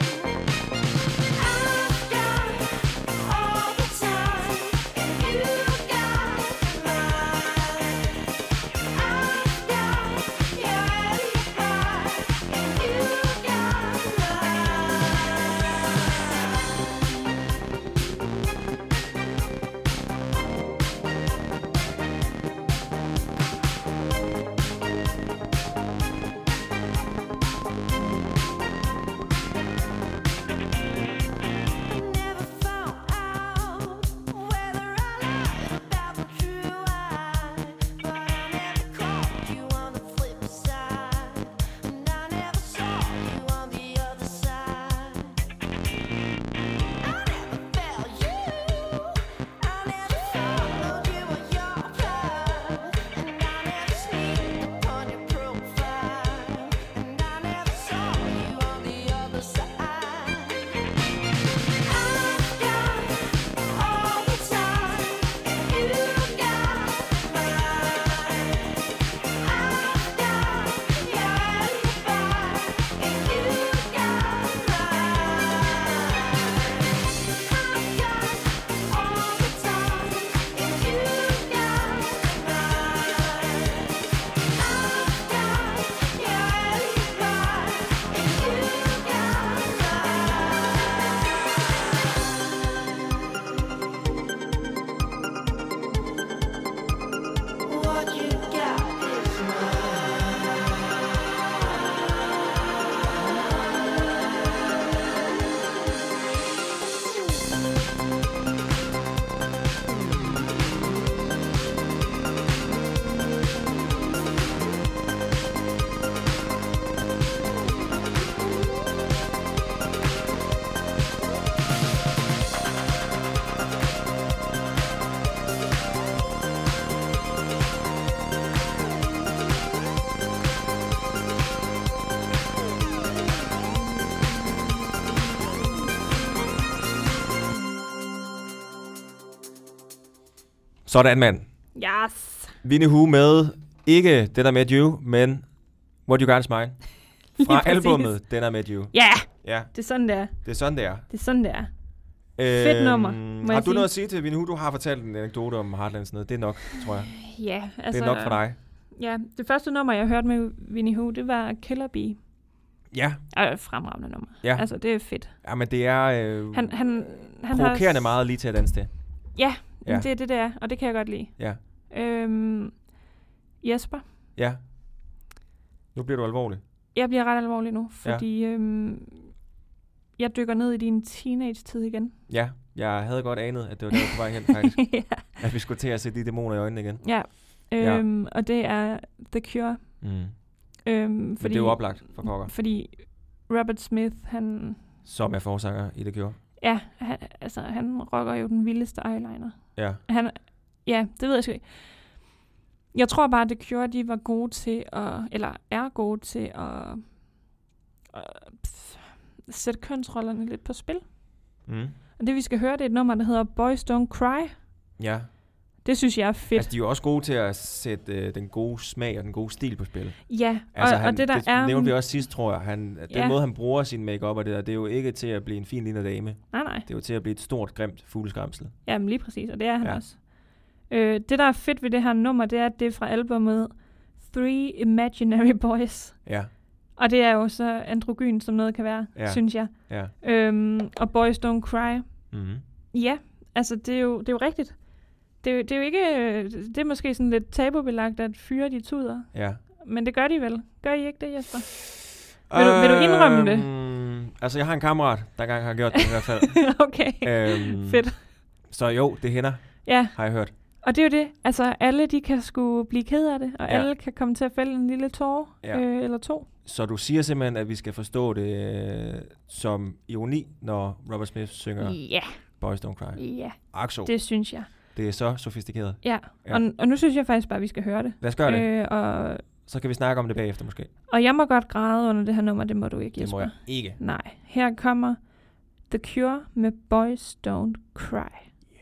I've got all the time, and you got mine. I've got your alibi, and you got mine. Never found out whether I lied about the true I, but I never caught you on the flip side, and I never saw you on the other side. I never felt you, I never followed you on your path, and I never sneaked upon your profile, and I never saw you on the other side. I've got all the time, and you got mine. I've got your alibi, and you got mine. I've got all the time, and you got mine. I've got your alibi, and you got mine. What you got is Sådan, mand. Yes. Winnie Hu med ikke Then I Met You, men What You Got Is Mine. Fra præcis. albumet Then I Met You. Ja, Ja, det er sådan, det er. det er sådan, det er. Det er sådan, det er. Fedt nummer, må Har jeg du sige. noget at sige til Winnie Hu? Du har fortalt en anekdote om Heartland og sådan noget. Det er nok, tror jeg. Ja, altså... Det er nok for dig. Ja, det første nummer, jeg hørte med Winnie Hu, det var Killer Bee. Ja, Og et fremragende nummer. Ja. Altså, det er fedt. ja men det er øh, Han, han, han provokerende har... meget lige til at danse til. Ja, Ja. ja, det er det, der, og det kan jeg godt lide. Ja, Øhm, Jesper, ja. Nu bliver du alvorlig. Jeg bliver ret alvorlig nu, fordi ja. øhm, jeg dykker ned i din teenage-tid igen. Ja, jeg havde godt anet, at det var der på vej hen, faktisk. ja. At vi skulle til at se de dæmoner i øjnene igen. Ja, øhm, ja. og det er The Cure. Mm. Øhm, Men fordi, det er jo oplagt for pokker. Fordi Robert Smith, han... Som er forsanger i The Cure. Ja, han, altså han rocker jo den vildeste eyeliner. Ja. Han, ja, det ved jeg sgu ikke. Jeg tror bare, at The Cure, de var gode til at, eller er gode til at, at pff, sætte kønsrollerne lidt på spil. Mm. Og det vi skal høre, det er et nummer, der hedder Boys Don't Cry. Ja. Det synes jeg er fedt. Altså, de er jo også gode til at sætte øh, den gode smag og den gode stil på spil. Ja, altså, og, han, og det der det er... nævnte vi også sidst, tror jeg. Han, den ja. måde, han bruger sin make-up og det der, det er jo ikke til at blive en fin lille dame. Nej, nej. Det er jo til at blive et stort, grimt fugleskramsel. Jamen lige præcis, og det er han ja. også. Øh, det, der er fedt ved det her nummer, det er, at det er fra albumet Three Imaginary Boys. Ja. Og det er jo så androgyn, som noget kan være, ja. synes jeg. Ja. Øhm, og Boys Don't Cry. Mm-hmm. Ja, altså det er jo, det er jo rigtigt. Det er, jo, det er jo ikke... Det er måske sådan lidt tabubelagt at fyre de tuder. Ja. Men det gør de vel. Gør I ikke det, Jesper? Vil, du, vil du indrømme det? Øhm, altså, jeg har en kammerat, der engang har gjort det i hvert fald. Okay, øhm, fedt. Så jo, det hænder, ja. har jeg hørt. Og det er jo det. Altså, alle de kan sgu blive ked af det, og ja. alle kan komme til at fælde en lille tåre ja. øh, eller to. Så du siger simpelthen, at vi skal forstå det øh, som ironi, når Robert Smith synger Ja. Boys Don't Cry? Ja, Akso. det synes jeg. Det er så sofistikeret. Ja, ja. Og, og nu synes jeg faktisk bare, at vi skal høre det. Lad os gøre det. Øh, og, så kan vi snakke om det bagefter måske. Og jeg må godt græde under det her nummer, det må du ikke, Jesper. Det må jeg ikke. Nej, her kommer The Cure med Boys Don't Cry.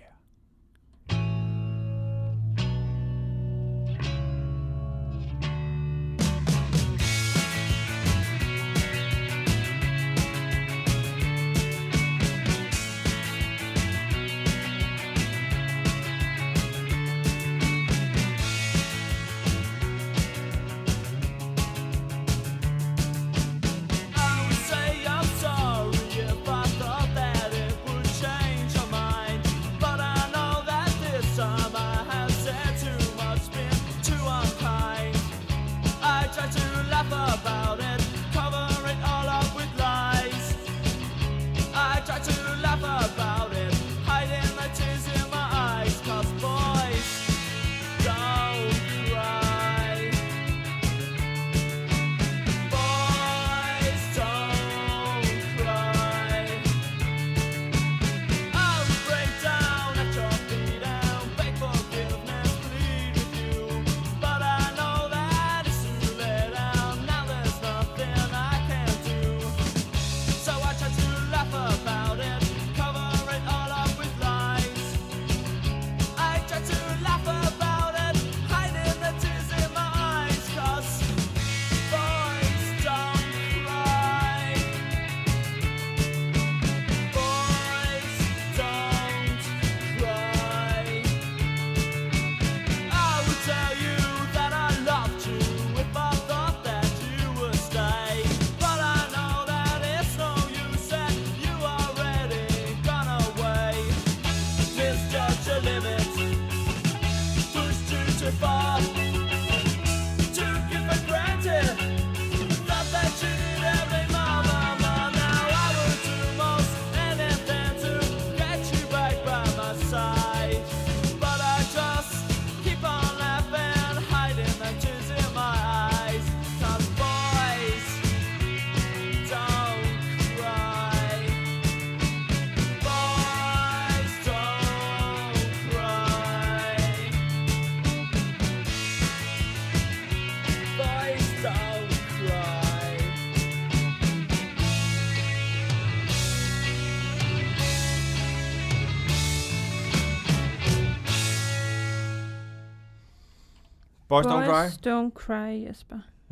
Boys, Boys Don't Cry. Boys Don't Cry, Jesper. Mm.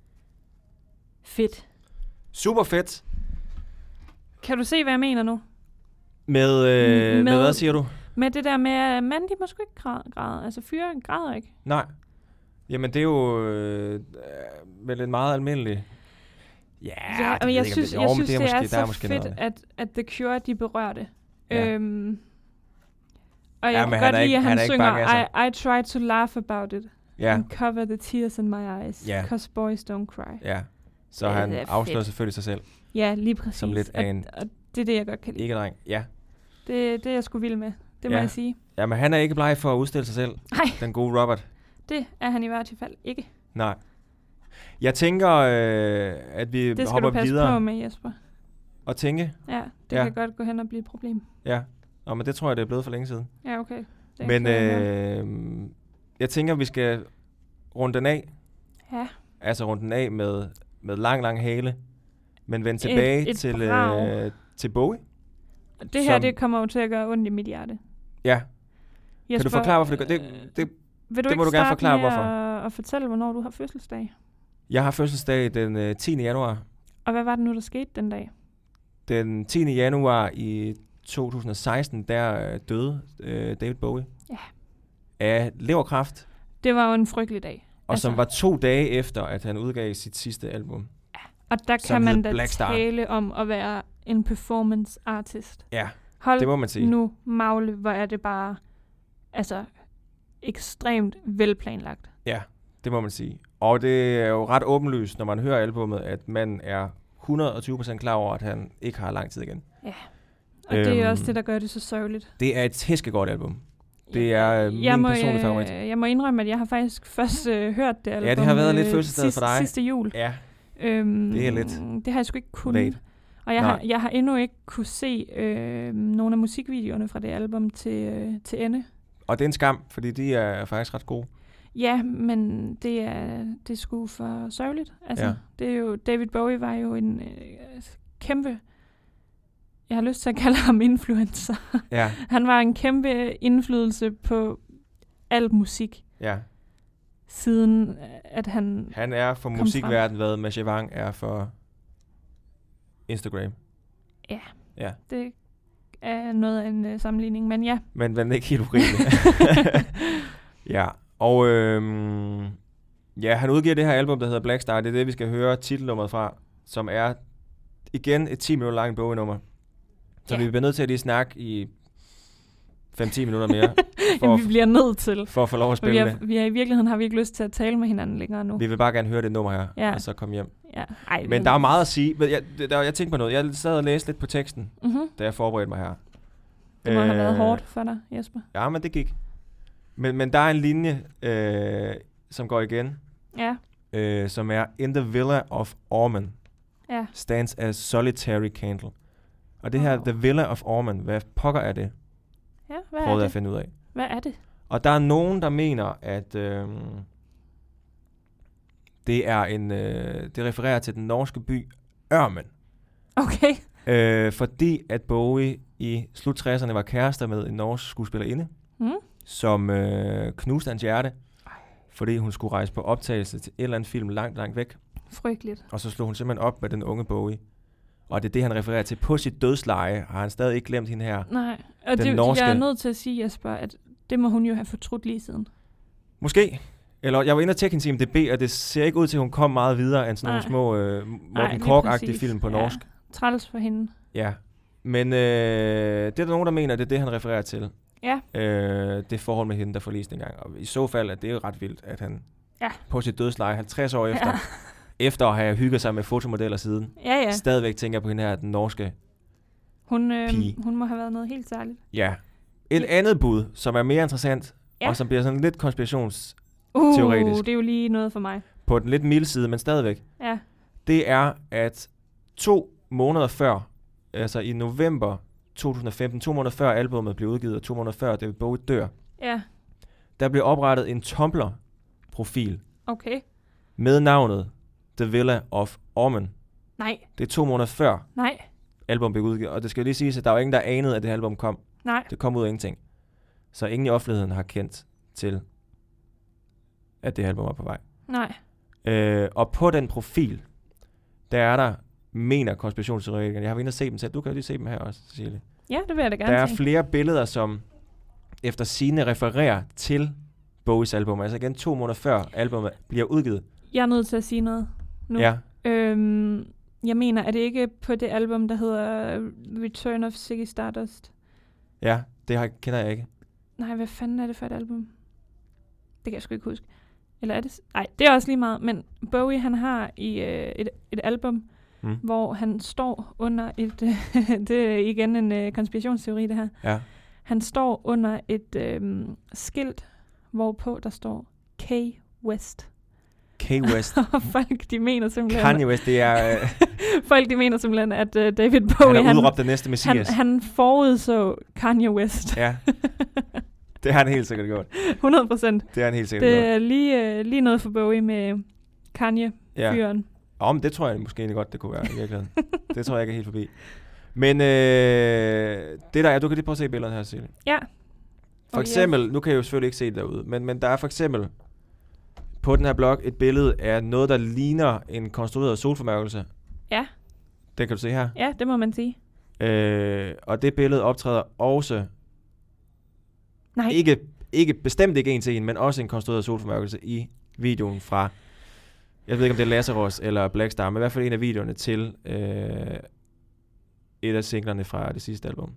Fedt. Super fedt. Kan du se, hvad jeg mener nu? Med, øh, med, med hvad siger du? Med det der med, at mænd, de må sgu ikke græde. græde. Altså fyre græder ikke. Nej. Jamen, det er jo øh, vel en meget almindelig... Ja, ja det jeg, jeg ikke, synes, det, jeg jo, synes, det er, det er, måske, så der er måske fedt, noget. at, at The Cure, de berører det. Ja. Øhm, og Ja, jeg men kan godt han er lide, ikke- at han han, er ikke synger, bange af sig. I, I try to laugh about it. Ja, And cover the tears in my eyes, Ja. cause boys don't cry. ja. Så Det han er afslører fedt. selvfølgelig sig selv. Ja, lige præcis. Som lidt af en- og, og det er det, jeg godt kan lide. Ikke-dreng. Ja. Det, det er jeg sgu vild med. Det må Ja. jeg sige. Jamen, han er ikke bleg for at udstille sig selv. Nej, Den gode Robert. det er han i hvert fald ikke. Nej. Jeg tænker, øh, at vi Det skal hopper du passe videre på med, Jesper. og tænke. Ja, det Ja. kan godt gå hen og blive et problem. Ja. Nå, men det tror jeg, det er blevet for længe siden. Ja, okay. Det Men kan jeg høre. øh, jeg tænker, vi skal runde den af. Ja, Altså runde den af med, med lang, lang hale. Men vende tilbage et til, brag. øh, til Bowie. og det her, som- det kommer jo til at gøre ondt i mit hjerte. Ja. Jesper, Kan du forklare, hvorfor det gør? Det, øh, det, vil du det må ikke du gerne starte forklare, med hvorfor. At, at fortælle, hvornår du har fødselsdag? jeg har fødselsdag den øh, tiende januar. Og hvad var det nu, der skete den dag? Den tiende januar i to tusind og seksten, der øh, døde øh, David Bowie. Ja. Af leverkræft. Det var jo en frygtelig dag. Og altså, som var to dage efter, at han udgav sit sidste album. Og der som kan man hed da Black Star. tale om at være en performance artist. Ja, Hold det må man sige. nu, Magle, hvor er det bare altså ekstremt velplanlagt. Ja, det må man sige. Og det er jo ret åbenlyst, når man hører albummet, at man er hundrede og tyve procent klar over, at han ikke har lang tid igen. Ja. Og øhm, det er Øhm, også det, der gør det så sørgeligt. Det er et tæskegodt album. Det er øh, min jeg må, personlige favorit. øh, Jeg må indrømme, at jeg har faktisk først øh, hørt det album. Ja, det har været lidt øh, fødselsdag for sidste, dig. Sidste jul. Ja, Øhm, det er lidt Det har jeg sgu ikke kunnet. vagt. Og jeg Nej. har, jeg har endnu ikke kunne se øh, nogle af musikvideoerne fra det album til, øh, til ende. Og det er en skam, fordi de er faktisk ret gode. Ja, men det er, det er sgu for sørgeligt. Altså, Ja. det er jo, David Bowie var jo en øh, kæmpe, jeg har lyst til at kalde ham influencer. Ja, Han var en kæmpe indflydelse på al musik, ja. siden øh, at han... Han er for Kom musikverdenen, hvad Machevang er for Instagram. Ja. Ja, Det er noget af en øh, sammenligning, men ja. men den er ikke helt urimelig. Ja, og øhm, ja, han udgiver det her album, der hedder Black Star. Det er det, vi skal høre titelnummeret fra, som er igen et ti minutter langt Bowie-nummer. Så Ja. vi bliver nødt til at lige snakke i fem til ti minutter mere, for, Jamen, vi bliver nødt til. for at få lov at Vi spille har, det. vi har i virkeligheden har vi ikke lyst til at tale med hinanden længere nu. Vi vil bare gerne høre det nummer her, Ja. og så komme hjem. Ja. Ej, Men der er meget at sige. Men jeg, der, jeg tænkte på noget. Jeg sad og læste lidt på teksten, Mm-hmm. da jeg forberedte mig her. Det må have været Øh, hårdt for dig, Jesper. Ja, men det gik. Men, men der er en linje, øh, som går igen, Ja, øh, som er In the Villa of Ormond ja. stands as solitary candle. Og det her, Wow. The Villa of Ormond, hvad pokker er det? Ja, hvad er Prøvede jeg at det? finde ud af. Hvad er det? Og der er nogen, der mener, at øh, det er en, øh, det refererer til den norske by Ørmen. Okay. Øh, fordi at Bowie i slut tresserne var kærester med en norsk skuespillerinde, Mm. som øh, knuste hans hjerte, fordi hun skulle rejse på optagelse til et eller andet film langt, langt væk. Frygteligt. Og så slog hun simpelthen op med den unge Bowie. Og det er det, han refererer til. På sit dødsleje har han stadig ikke glemt hende her. Nej, og Den det, norske- jeg er nødt til at sige, Jesper, at det må hun jo have fortrudt lige siden. Måske. Eller jeg var inde og tjekke hendes I M D B, og det ser ikke ud til, at hun kom meget videre end sådan nogle Nej. små øh, Nej, Morten lige Kork-agtige præcis. film på Ja. norsk. Træls for hende. Ja. Men øh, det er der nogen, der mener, det er det, han refererer til. Ja, Øh, det forhold med hende, der forliste en gang. Og i så fald er det jo ret vildt, at han Ja. på sit dødsleje halvtreds år efter, Ja. efter at have hygget sig med fotomodeller siden, ja, ja. stadigvæk tænker på hende her, den norske. Hun, øh, Pige. hun må have været noget helt særligt. Ja. Et Ja. andet bud, som er mere interessant, Ja. og som bliver sådan lidt konspirations Uh, Teoretisk. det er jo lige noget for mig. på den lidt milde side, men stadigvæk. Ja, Det er, at to måneder før, altså i november to tusind og femten, to måneder før albumet blev udgivet, og to måneder før David Bowie dør, ja, der blev oprettet en Tumblr-profil okay. med navnet The Villa of Ormond. Nej, Det er to måneder før nej, albumet blev udgivet, og det skal jo lige siges, at der var ingen, der anede, at det her album kom. nej. Det kom ud af ingenting. Så ingen i offentligheden har kendt til, at det her album var på vej. Nej. Øh, og på den profil, der er der, mener konspirationsteoretikerne, jeg har været inde og se dem selv, du kan jo lige se dem her også, Cecilie. Ja, det vil jeg da gerne Der er se. flere billeder, som efter sigende refererer til Bowies album, altså igen to måneder før albumet bliver udgivet. Jeg er nødt til at sige noget nu. Ja, Øhm, jeg mener, er det ikke på det album, der hedder Return of Ziggy Stardust? ja, det har, kender jeg ikke. Nej, hvad fanden er det for et album? Det kan jeg sgu ikke huske. Eller er det... Nej, det er også lige meget. Men Bowie, han har i øh, et, et album, Mm. hvor han står under et... Øh, det er igen en øh, konspirationsteori, det her. Ja. Han står under et øh, skilt, hvorpå der står K. West. K. West. Og folk, de mener simpelthen... Kanye West, det er... Øh, folk, de mener simpelthen, at uh, David han Bowie... har udråbt den næste han, messias. han forudså Kanye West. Ja, det har han helt sikkert gjort. hundrede procent. Det har han helt sikkert Det gjort. er lige, uh, lige noget for Bowie med Kanye-fyren. Ja. Om det tror jeg måske egentlig godt, det kunne være i virkeligheden. Det tror jeg ikke er helt forbi. Men øh, det der er, du kan lige prøve at se billederne her, Cecilie. Ja. For Og eksempel, nu kan jeg jo selvfølgelig ikke se det derude, men, men der er for eksempel på den her blog et billede af noget, der ligner en konstrueret solformørkelse. Ja. Det kan du se her. Ja, det må man sige. Øh, og det billede optræder også, Nej. ikke, ikke bestemt ikke en til en, men også en konstrueret solformørkelse i videoen fra, jeg ved ikke om det er Lazarus eller Blackstar, men i hvert fald en af videoerne til øh, et af singlerne fra det sidste album.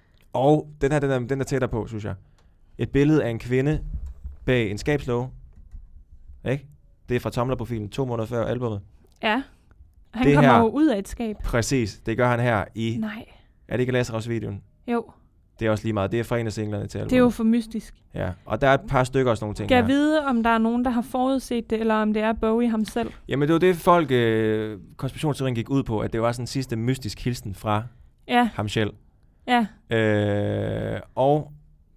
Og den her, den er, den er tættere på, synes jeg. Et billede af en kvinde bag en skabslåge. Ikke? Det er fra Tumblr-profilen to måneder før albumet. Ja. Han Det kommer her- jo ud af et skab. Præcis, det gør han her i, Nej. er det ikke Lazarus-videoen? Jo, Det er også lige meget, det er fra en af singlerne til albumet. det er jo for mystisk. Ja, og der er et par stykker også nogle ting Skal jeg her. vide, om der er nogen, der har forudset det, eller om det er Bowie ham selv? Jamen det var det, folk, øh, konspirationsteorien gik ud på, at det var sådan en sidste mystisk hilsen fra Ja, ham selv. ja. Øh, og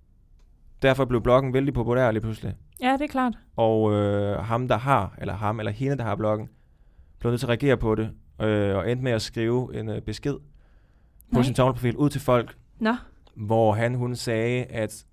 derfor blev bloggen vældig populær lige pludselig. Ja, det er klart. Og øh, ham, der har, eller ham eller hende, der har bloggen, blev nødt til at reagere på det, øh, og endte med at skrive en øh, besked på Nej. sin Tumblr-profil ud til folk, Nå, hvor han, hun sagde, at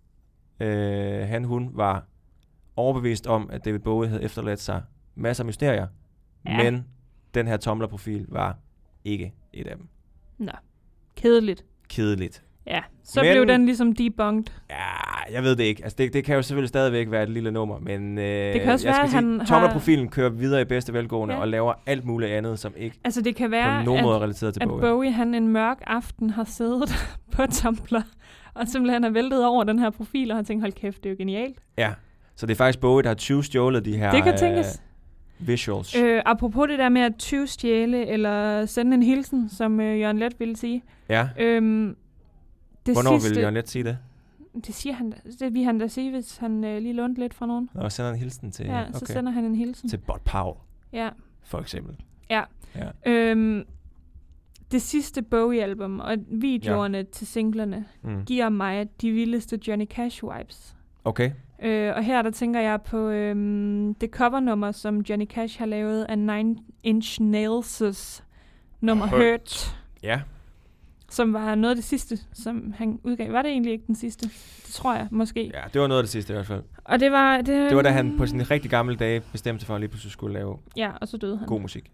øh, han, hun var overbevist om, at David Bowie havde efterladt sig masser af mysterier, Ja. men den her Tumblr-profil var ikke et af dem. nå. Kedeligt. Kedeligt. Ja, så Men- blev den ligesom debunked. Ja, jeg ved det ikke. Altså, det, det kan jo selvfølgelig stadigvæk være et lille nummer, men øh, Det kan også jeg være, skal at sige, han har- Tumblr-profilen kører videre i bedste velgående Ja. og laver alt muligt andet, som ikke Altså, det kan på være, nogen måde er at, relateret til at Bowie. Bowie, han en mørk aften har siddet på Tumblr, og simpelthen er væltet over den her profil, og har tænkt, hold kæft, det er jo genialt. Ja, så det er faktisk Bowie, der har tyve-stjålet de her Det kan tænkes. øh, visuals. Øh, apropos det der med at tyvstjæle, eller sende en hilsen, som øh, Jørgen Let ville sige. Ja, Øhm, det hvornår sidste, vil Jørgen Let sige det? Det siger han, det vil han da sige, hvis han øh, lige lånte lidt fra nogen. Og sender en hilsen til, Ja, så sender han en hilsen. til Bud Powell, Ja, for eksempel. ja. Ja. Øhm, det sidste Bowie-album og videoerne ja. til singlerne Mm. giver mig de vildeste Johnny Cash-vibes. Okay. Øh, og her der tænker jeg på øhm, det covernummer, som Johnny Cash har lavet af Nine Inch Nails' nummer Hurt. Hurt, Ja. som var noget af det sidste, som han udgav. Var det egentlig ikke den sidste? Det tror jeg, måske. ja, det var noget af det sidste i hvert fald. Og det var... Det, Det var da han på sine rigtig gamle dage bestemte sig for, at han lige pludselig skulle lave Ja, og så døde han. god musik.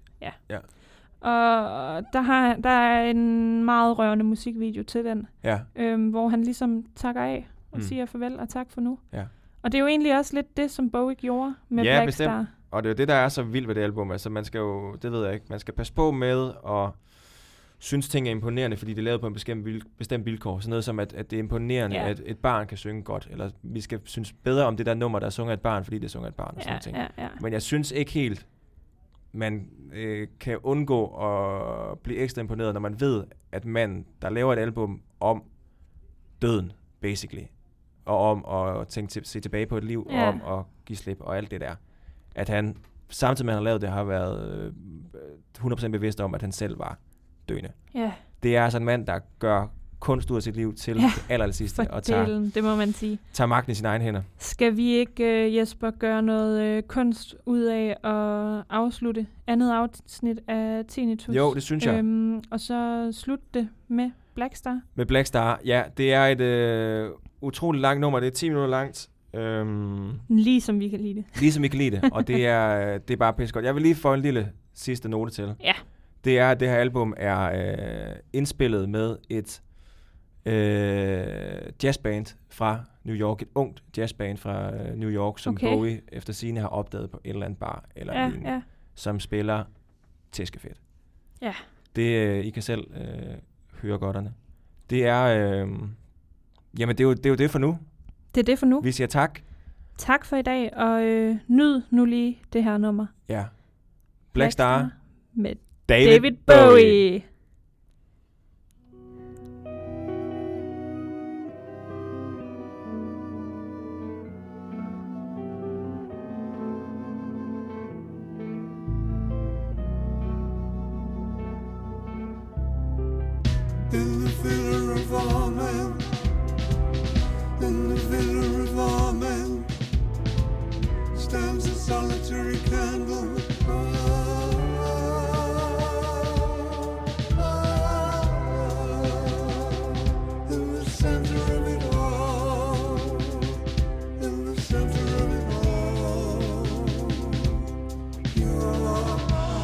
Og der, har, der er en meget rørende musikvideo til den, Ja. øhm, hvor han ligesom takker af og Mm. mm. siger farvel og tak for nu. Ja. Og det er jo egentlig også lidt det, som Bowie gjorde med Ja, Black bestemt. Star. Og det er jo det, der er så vildt ved det album. Altså, man skal jo, det ved jeg ikke, man skal passe på med at synes, ting er imponerende, fordi det er lavet på en bestemt, vil, bestemt vilkår. Sådan noget som, at, at det er imponerende, Ja. at et barn kan synge godt. Eller vi skal synes bedre om det der nummer, der synger et barn, fordi det synger et barn. Og sådan Ja, ting. ja, ja. Men jeg synes ikke helt, man øh, kan undgå at blive ekstra imponeret, når man ved, at manden, der laver et album om døden, basically, og om at tænke til, se tilbage på et liv, Ja. og om at give slip, og alt det der, at han, samtidig med at han har lavet det, har været øh, hundrede procent bevidst om, at han selv var døende. Ja, Det er altså en mand, der gør kunst ud af sit liv til Ja, det aller, aller sidste, og tager, fordelen, det må man sige. tager magten i sine egne hænder. Skal vi ikke, uh, Jesper, gøre noget uh, kunst ud af at afslutte andet afsnit af Tinnitus? Jo, det synes jeg. Øhm, og så slutte det med Black Star. Med Black Star, ja, det er et øh, utroligt langt nummer, det er ti minutter langt. Øhm, Lige som vi kan lide det. Ligesom vi kan lide det, og det er, det er bare pisse godt. Jeg vil lige få en lille sidste note til. Ja. Det er, at det her album er øh, indspillet med et øh, jazzband fra New York. Et ungt jazzband fra øh, New York, som Okay. Bowie efter sigende har opdaget på et eller andet bar, eller Ja, lignende, ja. som spiller tæskefedt. Ja. Det, øh, I kan selv øh, høre godterne. Det er, øh, jamen det er, jo, det er jo det for nu. Det er det for nu. Vi siger tak. Tak for i dag, og øh, nyd nu lige det her nummer. Ja. Black Star med David, David Bowie. Bowie. In the villa of all men, in the villa of all men, stands a solitary candle. Ah, ah, in the center of it all, in the center of it all, you are.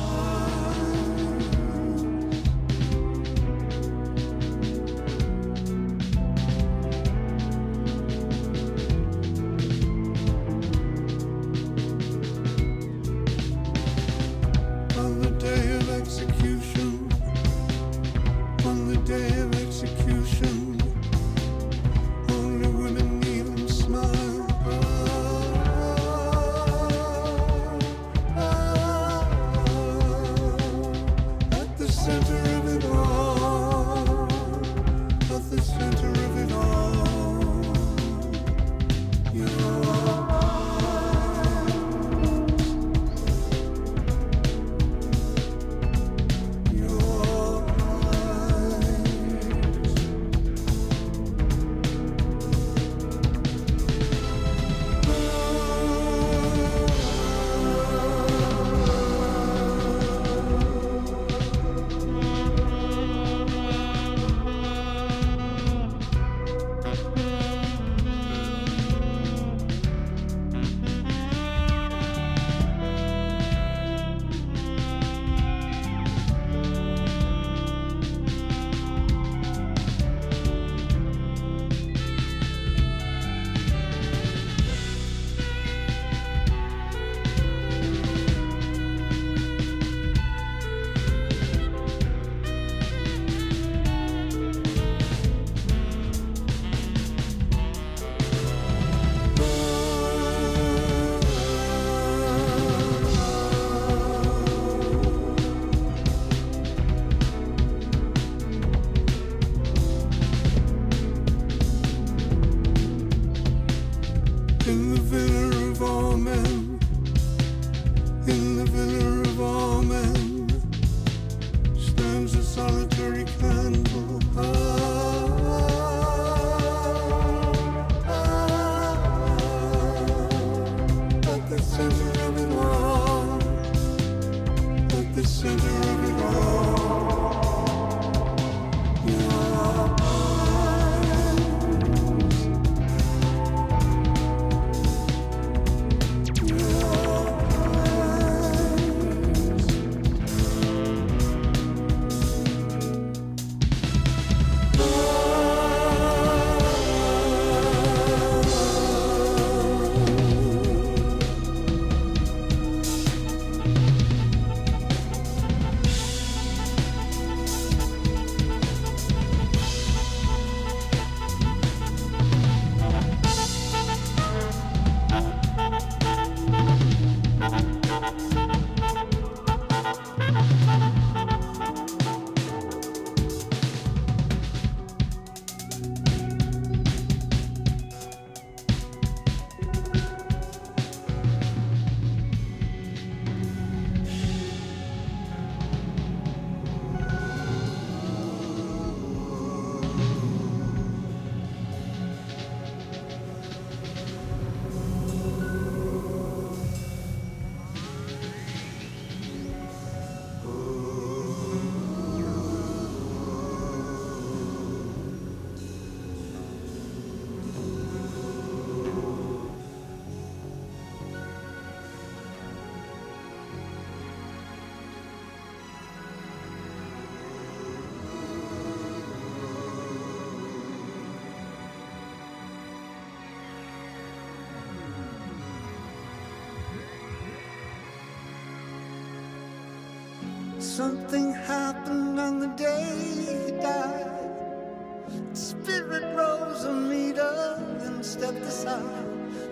Something happened on the day he died. Spirit rose a meter and stepped aside.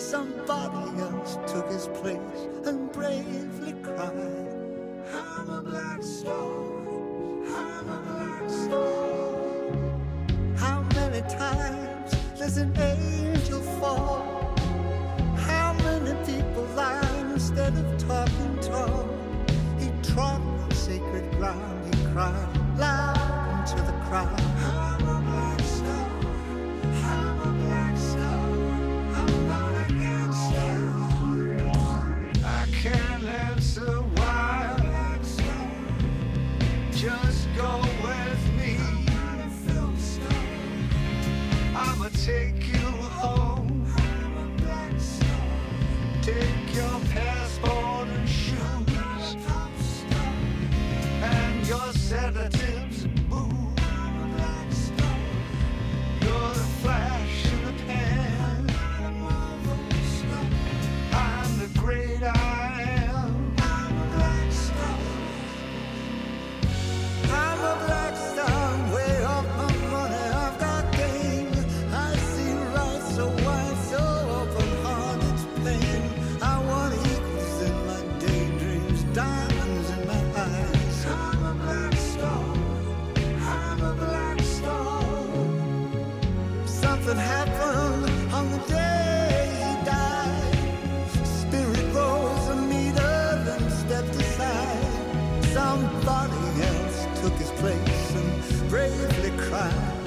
Somebody else took his place and bravely cried. I'm a black star, I'm a black star. How many times does an angel fall? How many people lie instead of talking tall? He trod on sacred ground, he cried loud into the crowd. I'm a black star, I'm a black star. I'm not a gangster. I can't answer why. Just go with me. I'ma take you home. Take your passport and shoes and your sedatives and booze. You're the flash in the pan. I'm the great I am. I'm a black star. I'm a black star, way off my money, I've got game. I see right so wide, so open heart, it's plain. I want eagles in my daydreams, diamonds in my eyes. I'm a black star, I'm a black star. Something happened on the day he died. Spirit rose a meter, then stepped aside. Somebody else took his place and bravely cried.